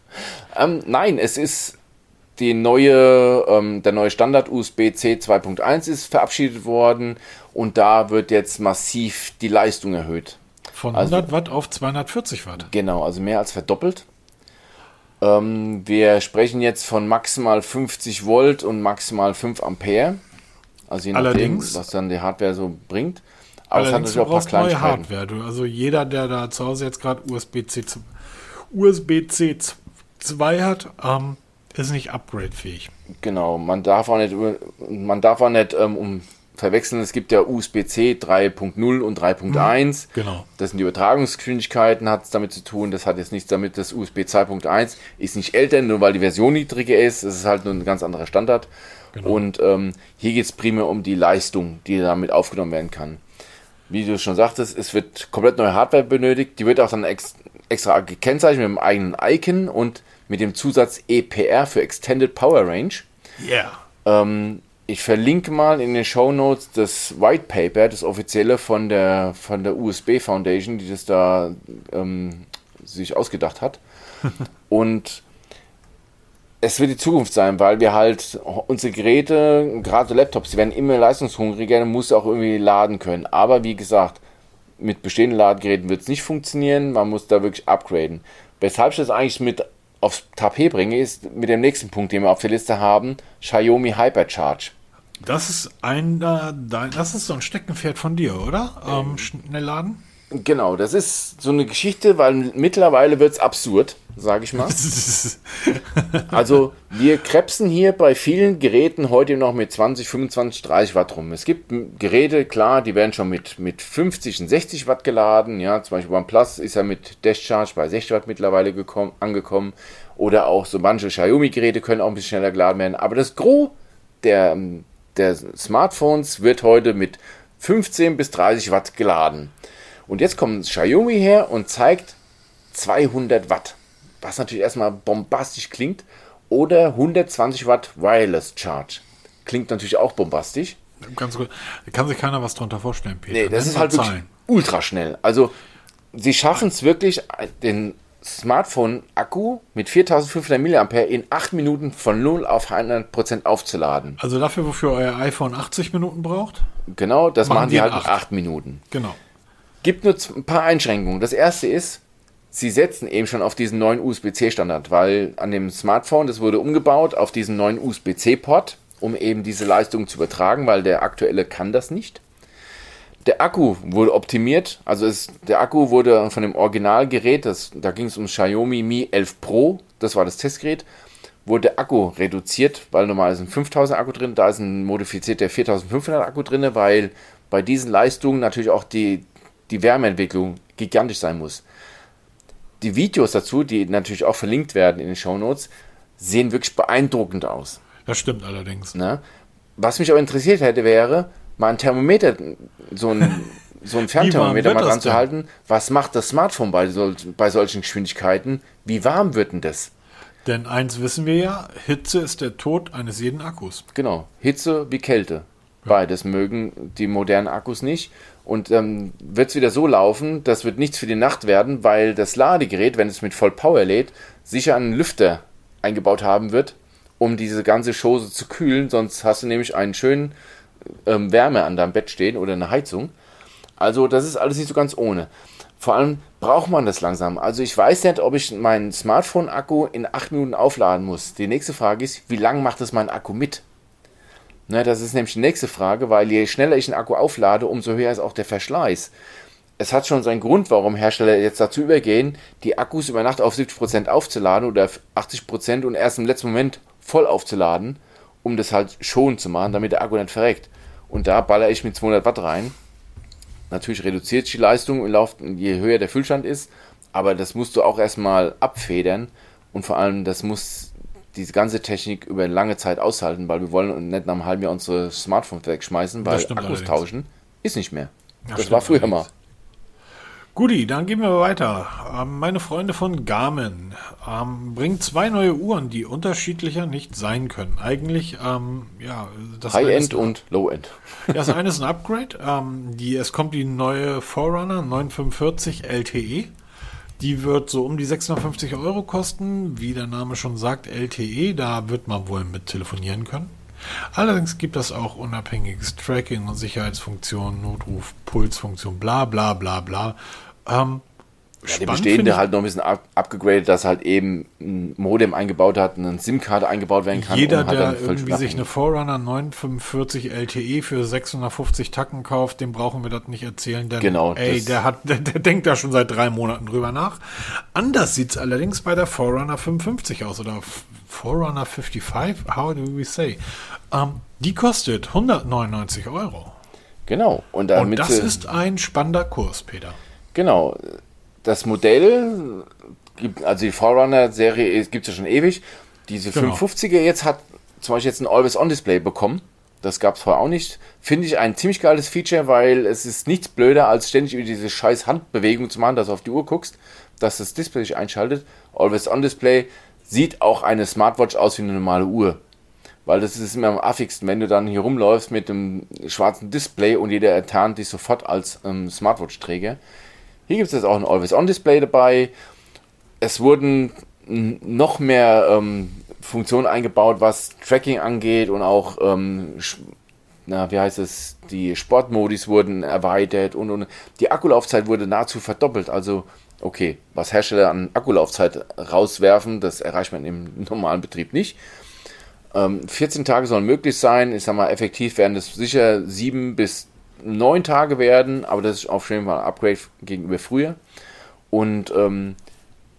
Nein, es ist der neue Standard USB-C 2.1 ist verabschiedet worden. Und da wird jetzt massiv die Leistung erhöht. Von 100 Watt auf 240 Watt. Genau, also mehr als verdoppelt. Wir sprechen jetzt von maximal 50 Volt und maximal 5 Ampere. Also je nachdem, was dann die Hardware so bringt. Aber es hat natürlich auch ein paar Kleinigkeiten. Neue Hardware. Also jeder, der da zu Hause jetzt gerade USB-C 2 hat, ist nicht upgradefähig. Genau, man darf auch nicht verwechseln, es gibt ja USB-C 3.0 und 3.1. Genau. Das sind die Übertragungsgeschwindigkeiten, hat es damit zu tun. Das hat jetzt nichts damit, das USB 2.1 ist nicht älter, nur weil die Version niedriger ist. Das ist halt nur ein ganz anderer Standard. Genau. Und hier geht es primär um die Leistung, die damit aufgenommen werden kann. Wie du schon sagtest, es wird komplett neue Hardware benötigt. Die wird auch dann extra gekennzeichnet mit einem eigenen Icon und mit dem Zusatz EPR für Extended Power Range. Yeah. Ich verlinke mal in den Shownotes das White Paper, das offizielle von der USB Foundation, die das da sich ausgedacht hat. Und es wird die Zukunft sein, weil wir halt unsere Geräte, gerade Laptops, die werden immer leistungshungriger, man muss auch irgendwie laden können. Aber wie gesagt, mit bestehenden Ladegeräten wird es nicht funktionieren, man muss da wirklich upgraden. Weshalb ich das eigentlich mit aufs Tapet bringe, ist mit dem nächsten Punkt, den wir auf der Liste haben, Xiaomi Hypercharge. Das ist so ein Steckenpferd von dir, oder? Schnell laden? Genau, das ist so eine Geschichte, weil mittlerweile wird es absurd. sage ich mal. Also wir krebsen hier bei vielen Geräten heute noch mit 20, 25, 30 Watt rum. Es gibt Geräte, klar, die werden schon mit 50 und 60 Watt geladen. Ja, zum Beispiel OnePlus ist ja mit Dash Charge bei 60 Watt mittlerweile angekommen. Oder auch so manche Xiaomi-Geräte können auch ein bisschen schneller geladen werden. Aber das Gros der Smartphones wird heute mit 15 bis 30 Watt geladen. Und jetzt kommt Xiaomi her und zeigt 200 Watt, was natürlich erstmal bombastisch klingt, oder 120 Watt Wireless Charge. Klingt natürlich auch bombastisch. Ganz gut. Da kann sich keiner was drunter vorstellen, Peter. Nee, das ist halt wirklich ultra schnell. Also, sie schaffen es wirklich, den Smartphone-Akku mit 4500 mAh in 8 Minuten von 0 auf 100% aufzuladen. Also dafür, wofür euer iPhone 80 Minuten braucht? Genau, das machen die halt in 8 Minuten. Genau. Gibt nur ein paar Einschränkungen. Das erste ist, sie setzen eben schon auf diesen neuen USB-C-Standard, weil an dem Smartphone, das wurde umgebaut auf diesen neuen USB-C-Port, um eben diese Leistung zu übertragen, weil der aktuelle kann das nicht. Der Akku wurde optimiert, also der Akku wurde von dem Originalgerät, da ging es um Xiaomi Mi 11 Pro, das war das Testgerät, wurde der Akku reduziert, weil normal ist ein 5000 Akku drin, da ist ein modifizierter 4500 Akku drin, weil bei diesen Leistungen natürlich auch die Wärmeentwicklung gigantisch sein muss. Die Videos dazu, die natürlich auch verlinkt werden in den Shownotes, sehen wirklich beeindruckend aus. Das stimmt allerdings. Na? Was mich aber interessiert hätte, wäre, mal ein Thermometer, so ein Fernthermometer mal dran zu halten. Was macht das Smartphone bei solchen Geschwindigkeiten? Wie warm wird denn das? Denn eins wissen wir ja, Hitze ist der Tod eines jeden Akkus. Genau, Hitze wie Kälte. Ja. Beides mögen die modernen Akkus nicht. Und wird es wieder so laufen, das wird nichts für die Nacht werden, weil das Ladegerät, wenn es mit Vollpower lädt, sicher einen Lüfter eingebaut haben wird, um diese ganze Chose zu kühlen. Sonst hast du nämlich einen schönen Wärme an deinem Bett stehen oder eine Heizung. Also das ist alles nicht so ganz ohne. Vor allem braucht man das langsam. Also ich weiß nicht, ob ich meinen Smartphone-Akku in 8 Minuten aufladen muss. Die nächste Frage ist, wie lange macht das mein Akku mit? Na, das ist nämlich die nächste Frage, weil je schneller ich den Akku auflade, umso höher ist auch der Verschleiß. Es hat schon seinen Grund, warum Hersteller jetzt dazu übergehen, die Akkus über Nacht auf 70% aufzuladen oder auf 80% und erst im letzten Moment voll aufzuladen, um das halt schonend zu machen, damit der Akku nicht verreckt. Und da baller ich mit 200 Watt rein. Natürlich reduziert sich die Leistung, je höher der Füllstand ist, aber das musst du auch erstmal abfedern und vor allem, das muss diese ganze Technik über lange Zeit aushalten, weil wir wollen nicht nach einem halben Jahr unsere Smartphones wegschmeißen, weil Akkus allerdings tauschen ist nicht mehr. Das war früher allerdings mal. Guti, dann gehen wir weiter. Meine Freunde von Garmin bringen 2 neue Uhren, die unterschiedlicher nicht sein können. Eigentlich, das High-End und Low-End. Das eine ist ein Upgrade. Es kommt die neue Forerunner 945 LTE. Die wird so um die 650 € kosten. Wie der Name schon sagt, LTE, da wird man wohl mit telefonieren können. Allerdings gibt es auch unabhängiges Tracking und Sicherheitsfunktionen, Notruf, Pulsfunktion, bla bla bla bla. Die bestehende halt noch ein bisschen abgegradet, dass halt eben ein Modem eingebaut hat, eine SIM-Karte eingebaut werden kann. Jeder, halt der irgendwie sich eine Forerunner 945 LTE für 650 Tacken kauft, dem brauchen wir das nicht erzählen, denn genau, der denkt da schon seit 3 Monaten drüber nach. Anders sieht es allerdings bei der Forerunner 55 aus, oder Forerunner 55, how do we say? Die kostet 199 €. Genau. Und das ist ein spannender Kurs, Peter. Genau. Das Modell, also die Forerunner-Serie gibt es ja schon ewig. Diese 55er jetzt hat zum Beispiel jetzt ein Always-On-Display bekommen. Das gab es vorher auch nicht. Finde ich ein ziemlich geiles Feature, weil es ist nichts blöder, als ständig über diese scheiß Handbewegung zu machen, dass du auf die Uhr guckst, dass das Display sich einschaltet. Always-On-Display sieht auch eine Smartwatch aus wie eine normale Uhr. Weil das ist immer am affigsten, wenn du dann hier rumläufst mit dem schwarzen Display und jeder ertarnt dich sofort als Smartwatch-Träger. Hier gibt es jetzt auch ein Always-On-Display dabei. Es wurden noch mehr Funktionen eingebaut, was Tracking angeht und auch, die Sportmodis wurden erweitert und die Akkulaufzeit wurde nahezu verdoppelt. Also, okay, was Hersteller an Akkulaufzeit rauswerfen, das erreicht man im normalen Betrieb nicht. 14 Tage sollen möglich sein. Ich sag mal, effektiv werden das sicher 7 bis 9 Tage werden, aber das ist auf jeden Fall ein Upgrade gegenüber früher. Und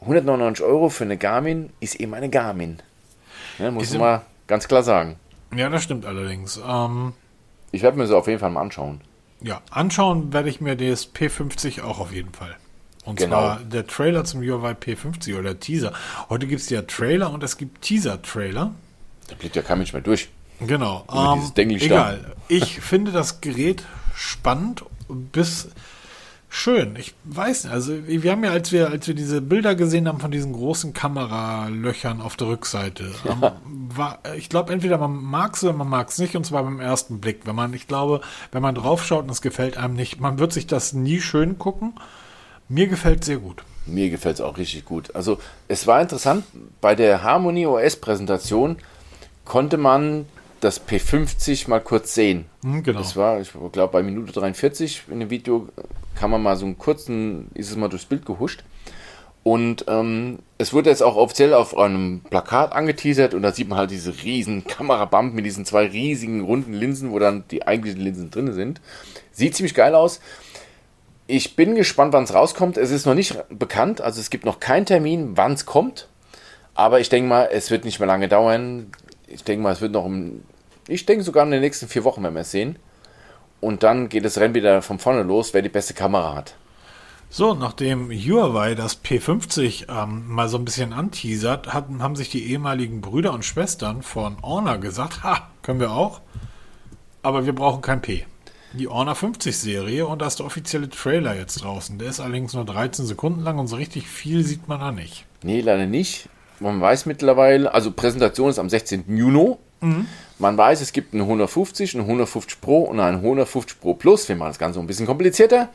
199 Euro für eine Garmin ist eben eine Garmin. Ja, muss man mal ganz klar sagen. Ja, das stimmt allerdings. Ich werde mir so auf jeden Fall mal anschauen. Ja, anschauen werde ich mir das P50 auch auf jeden Fall. Und Genau. zwar der Trailer zum Huawei P50 oder Teaser. Heute gibt es ja Trailer und es gibt Teaser-Trailer. Da blickt ja kein Mensch mehr durch. Genau. Dieses Denglisch da. Egal. Ich finde das Gerät spannend bis schön. Ich weiß nicht. Also wir haben ja, als wir diese Bilder gesehen haben von diesen großen Kameralöchern auf der Rückseite, ich glaube, entweder man mag es oder man mag es nicht, und zwar beim ersten Blick. Wenn man drauf schaut und es gefällt einem nicht, man wird sich das nie schön gucken. Mir gefällt es sehr gut. Mir gefällt es auch richtig gut. Also es war interessant, bei der Harmony OS Präsentation konnte man das P50 mal kurz sehen. Genau. Das war, ich glaube, bei Minute 43 in dem Video kann man mal so einen kurzen, ist es mal durchs Bild gehuscht. Und es wurde jetzt auch offiziell auf einem Plakat angeteasert und da sieht man halt diese riesen Kamerabump mit diesen 2 riesigen runden Linsen, wo dann die eigentlichen Linsen drin sind. Sieht ziemlich geil aus. Ich bin gespannt, wann es rauskommt. Es ist noch nicht bekannt, also es gibt noch keinen Termin, wann es kommt. Aber ich denke mal, es wird nicht mehr lange dauern. Ich denke mal, es wird noch sogar in den nächsten 4 Wochen werden wir es sehen. Und dann geht das Rennen wieder von vorne los, wer die beste Kamera hat. So, nachdem Huawei das P50 mal so ein bisschen anteasert, haben sich die ehemaligen Brüder und Schwestern von Honor gesagt, können wir auch, aber wir brauchen kein P. Die Honor 50 Serie, und da ist der offizielle Trailer jetzt draußen. Der ist allerdings nur 13 Sekunden lang und so richtig viel sieht man da nicht. Nee, leider nicht. Man weiß mittlerweile, also Präsentation ist am 16. Juni. Man weiß, es gibt einen 150, einen 150 Pro und einen 150 Pro Plus. Wir machen das Ganze ein bisschen komplizierter.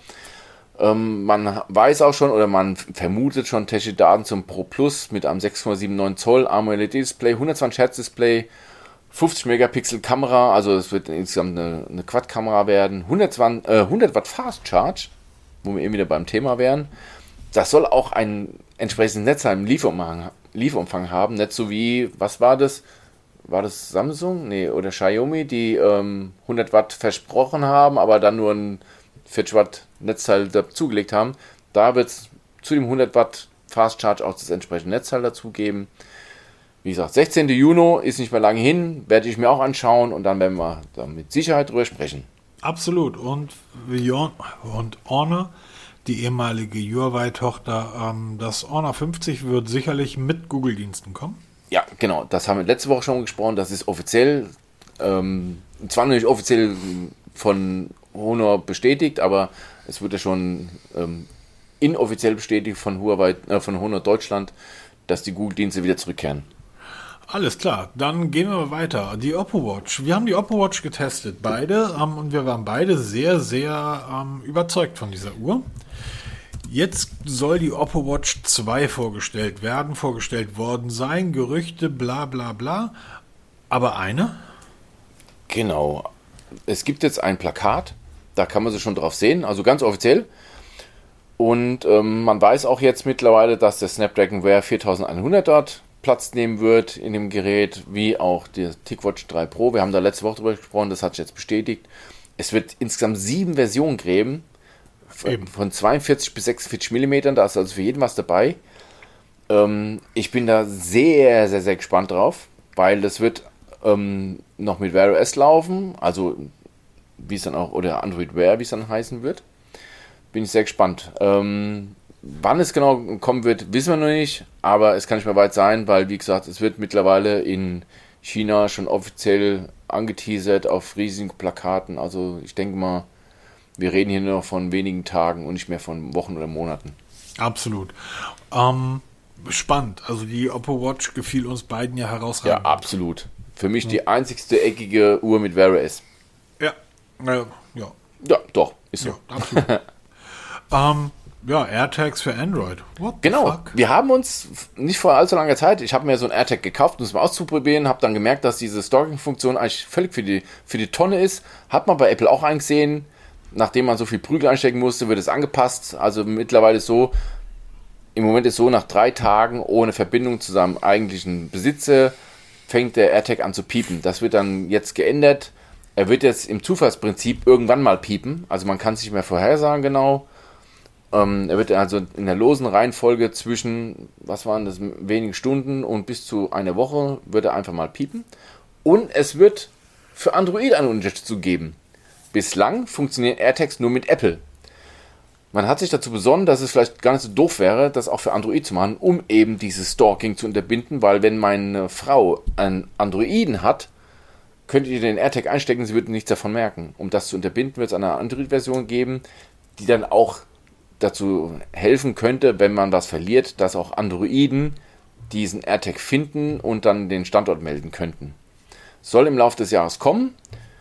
Man weiß auch schon, oder man vermutet schon technische Daten zum Pro Plus mit einem 6,79 Zoll AMOLED-Display, 120 Hertz Display, 50 Megapixel Kamera, also es wird insgesamt eine Quad-Kamera werden, 100 Watt Fast Charge, wo wir eben wieder beim Thema wären. Das soll auch ein entsprechendes Netzteil im Lieferumfang haben, nicht so wie, was war das? War das Samsung? Nee, oder Xiaomi, die 100 Watt versprochen haben, aber dann nur ein 40 Watt Netzteil dazugelegt haben. Da wird es zu dem 100 Watt Fast Charge auch das entsprechende Netzteil dazugeben. Wie gesagt, 16. Juni ist nicht mehr lange hin, werde ich mir auch anschauen und dann werden wir da mit Sicherheit drüber sprechen. Absolut. Und Honor, die ehemalige Huawei-Tochter, das Honor 50 wird sicherlich mit Google-Diensten kommen. Ja, genau. Das haben wir letzte Woche schon gesprochen. Das ist offiziell, zwar noch nicht offiziell von Honor bestätigt, aber es wird ja schon inoffiziell bestätigt von Huawei, von Honor Deutschland, dass die Google-Dienste wieder zurückkehren. Alles klar, dann gehen wir weiter. Die Oppo Watch. Wir haben die Oppo Watch getestet, beide, und wir waren beide sehr, sehr überzeugt von dieser Uhr. Jetzt soll die Oppo Watch 2 vorgestellt worden sein. Gerüchte, bla bla bla. Aber eine? Genau. Es gibt jetzt ein Plakat, da kann man sie schon drauf sehen, also ganz offiziell. Und man weiß auch jetzt mittlerweile, dass der Snapdragon Wear 4100 dort Platz nehmen wird in dem Gerät, wie auch der TicWatch 3 Pro. Wir haben da letzte Woche drüber gesprochen, das hat sich jetzt bestätigt. Es wird insgesamt 7 Versionen geben, von 42 bis 46 mm, da ist also für jeden was dabei. Ich bin da sehr, sehr, sehr gespannt drauf, weil das wird noch mit Wear OS laufen, also wie es dann auch, oder Android Wear, wie es dann heißen wird. Bin ich sehr gespannt. Wann es genau kommen wird, wissen wir noch nicht, aber es kann nicht mehr weit sein, weil, wie gesagt, es wird mittlerweile in China schon offiziell angeteasert auf riesigen Plakaten. Also ich denke mal, wir reden hier nur noch von wenigen Tagen und nicht mehr von Wochen oder Monaten. Absolut. Spannend. Also die Oppo Watch gefiel uns beiden ja herausragend. Ja, absolut. Für mich die einzigste eckige Uhr mit Wear OS. Ja. Ja. Ja, doch. Ist so. Ja, absolut. Ja, AirTags für Android. What the fuck? Wir haben uns nicht vor allzu langer Zeit, ich habe mir so ein AirTag gekauft, um es mal auszuprobieren, habe dann gemerkt, dass diese Stalking-Funktion eigentlich völlig für die Tonne ist. Hat man bei Apple auch eingesehen, nachdem man so viel Prügel einstecken musste, wird es angepasst. Also mittlerweile ist so, im Moment ist so, nach 3 Tagen ohne Verbindung zu seinem eigentlichen Besitzer, fängt der AirTag an zu piepen. Das wird dann jetzt geändert. Er wird jetzt im Zufallsprinzip irgendwann mal piepen, also man kann es nicht mehr vorhersagen genau. Er wird also in der losen Reihenfolge zwischen, was waren das, wenigen Stunden und bis zu einer Woche, wird er einfach mal piepen. Und es wird für Android eine Unterstützung geben. Bislang funktionieren AirTags nur mit Apple. Man hat sich dazu besonnen, dass es vielleicht gar nicht so doof wäre, das auch für Android zu machen, um eben dieses Stalking zu unterbinden, weil wenn meine Frau einen Androiden hat, könntet ihr den AirTag einstecken, sie würde nichts davon merken. Um das zu unterbinden, wird es eine Android-Version geben, die dann auch dazu helfen könnte, wenn man was verliert, dass auch Androiden diesen AirTag finden und dann den Standort melden könnten. Soll im Laufe des Jahres kommen.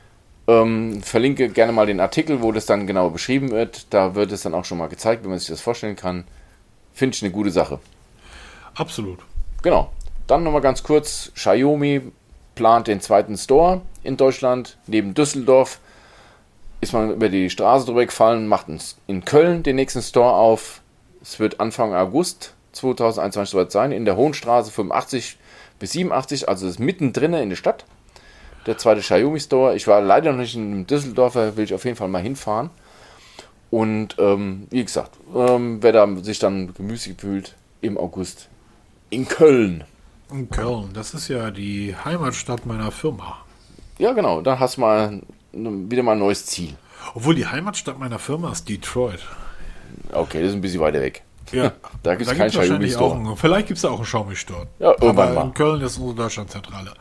Verlinke gerne mal den Artikel, wo das dann genau beschrieben wird. Da wird es dann auch schon mal gezeigt, wie man sich das vorstellen kann. Finde ich eine gute Sache. Absolut. Genau. Dann nochmal ganz kurz. Xiaomi plant den zweiten Store in Deutschland. Neben Düsseldorf ist man über die Straße drüber gefallen, macht in Köln den nächsten Store auf. Es wird Anfang August 2021 soweit sein, in der Hohenstraße 85 bis 87, also ist mittendrin in der Stadt. Der zweite Xiaomi Store. Ich war leider noch nicht in Düsseldorf, will ich auf jeden Fall mal hinfahren. Und wie gesagt, wer da sich dann gemütlich fühlt, im August in Köln. In Köln, das ist ja die Heimatstadt meiner Firma. Ja, genau, da hast du mal wieder mal ein neues Ziel. Obwohl die Heimatstadt meiner Firma ist Detroit. Okay, das ist ein bisschen weiter weg. Ja, da gibt es keinen Xiaomi Store. Vielleicht gibt es da auch einen Xiaomi Store. Ja, irgendwann mal. In Köln ist unsere Deutschlandzentrale.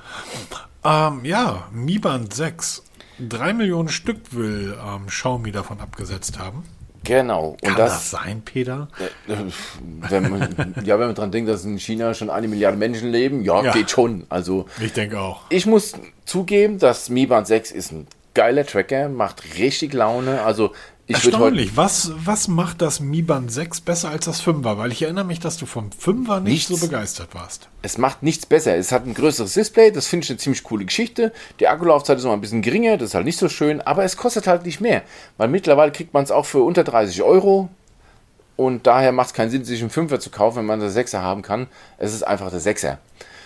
Ja, Mi Band 6. 3 Millionen Stück will Xiaomi davon abgesetzt haben. Genau. Kann das sein, Peter? Wenn man dran denkt, dass in China schon 1 Milliarde Menschen leben, ja, geht schon. Also, ich denke auch. Ich muss zugeben, dass Mi Band 6 ist ein geiler Tracker, macht richtig Laune. Also erstaunlich. Was macht das Mi Band 6 besser als das 5er? Weil ich erinnere mich, dass du vom 5er nicht so begeistert warst. Es macht nichts besser. Es hat ein größeres Display, das finde ich eine ziemlich coole Geschichte. Die Akkulaufzeit ist noch ein bisschen geringer, das ist halt nicht so schön, aber es kostet halt nicht mehr. Weil mittlerweile kriegt man es auch für unter 30 Euro und daher macht es keinen Sinn, sich einen 5er zu kaufen, wenn man den 6er haben kann. Es ist einfach der 6er.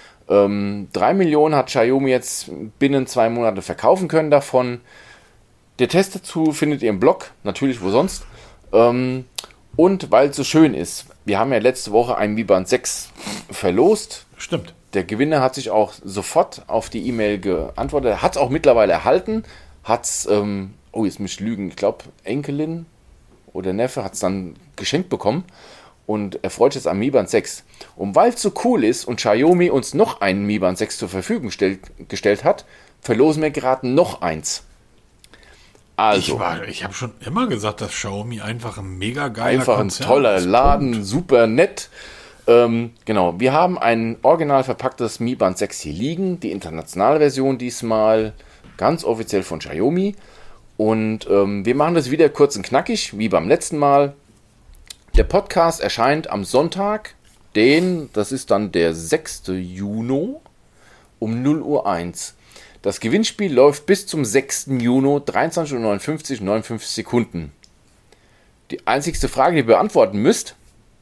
3 Millionen hat Xiaomi jetzt binnen 2 Monate verkaufen können davon. Der Test dazu findet ihr im Blog, natürlich wo sonst. Und weil es so schön ist, wir haben ja letzte Woche ein Mi Band 6 verlost. Stimmt. Der Gewinner hat sich auch sofort auf die E-Mail geantwortet, hat es auch mittlerweile erhalten, hat es, jetzt muss ich lügen, ich glaube Enkelin oder Neffe hat es dann geschenkt bekommen und er freut sich jetzt am Mi Band 6. Und weil es so cool ist und Xiaomi uns noch einen Mi Band 6 zur Verfügung gestellt hat, verlosen wir gerade noch eins. Also, ich habe schon immer gesagt, dass Xiaomi einfach ein mega geiler einfach Konzern ein toller ist. Laden, Punkt. super nett. Genau, wir haben ein original verpacktes Mi Band 6 hier liegen, die internationale Version diesmal, ganz offiziell von Xiaomi. Und wir machen das wieder kurz und knackig, wie beim letzten Mal. Der Podcast erscheint am Sonntag, das ist dann der 6. Juni um 0:01 Uhr. Das Gewinnspiel läuft bis zum 6. Juni, 23:59 Uhr, 59 Sekunden. Die einzigste Frage, die ihr beantworten müsst,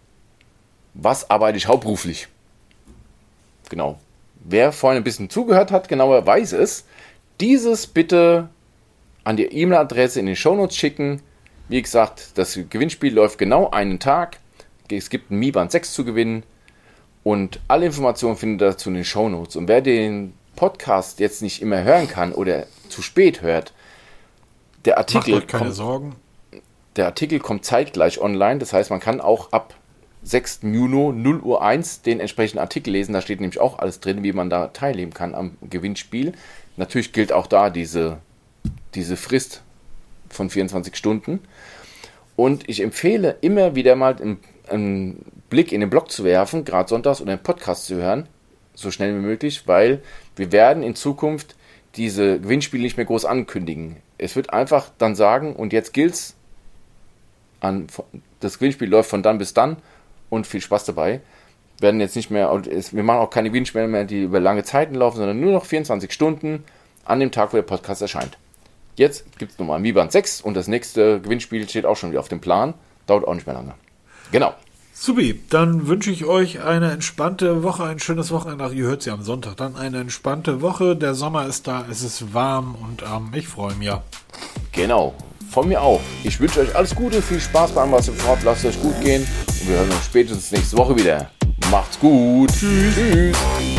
was arbeite ich hauptberuflich? Genau. Wer vorhin ein bisschen zugehört hat, genauer weiß es. Dieses bitte an die E-Mail-Adresse in den Shownotes schicken. Wie gesagt, das Gewinnspiel läuft genau einen Tag. Es gibt ein Mi Band 6 zu gewinnen. Und alle Informationen findet ihr dazu in den Shownotes. Und wer den Podcast jetzt nicht immer hören kann oder zu spät hört, der Artikel kommt zeitgleich online. Das heißt, man kann auch ab 6. Juni 0:01 Uhr den entsprechenden Artikel lesen. Da steht nämlich auch alles drin, wie man da teilnehmen kann am Gewinnspiel. Natürlich gilt auch da diese Frist von 24 Stunden. Und ich empfehle immer wieder mal einen Blick in den Blog zu werfen, gerade sonntags, oder einen Podcast zu hören, so schnell wie möglich, weil wir werden in Zukunft diese Gewinnspiele nicht mehr groß ankündigen. Es wird einfach dann sagen, und jetzt gilt's, das Gewinnspiel läuft von dann bis dann und viel Spaß dabei. Werden jetzt nicht mehr, wir machen auch keine Gewinnspiele mehr, die über lange Zeiten laufen, sondern nur noch 24 Stunden an dem Tag, wo der Podcast erscheint. Jetzt gibt es nochmal ein Mi Band 6 und das nächste Gewinnspiel steht auch schon wieder auf dem Plan. Dauert auch nicht mehr lange. Genau. Supi, dann wünsche ich euch eine entspannte Woche, ein schönes Wochenende. Ihr hört sie am Sonntag. Dann eine entspannte Woche. Der Sommer ist da, es ist warm und ich freue mich. Genau. Von mir auch. Ich wünsche euch alles Gute, viel Spaß beim was ihr vorhabt, lasst es euch gut gehen und wir hören uns spätestens nächste Woche wieder. Macht's gut. Tschüss. Tschüss.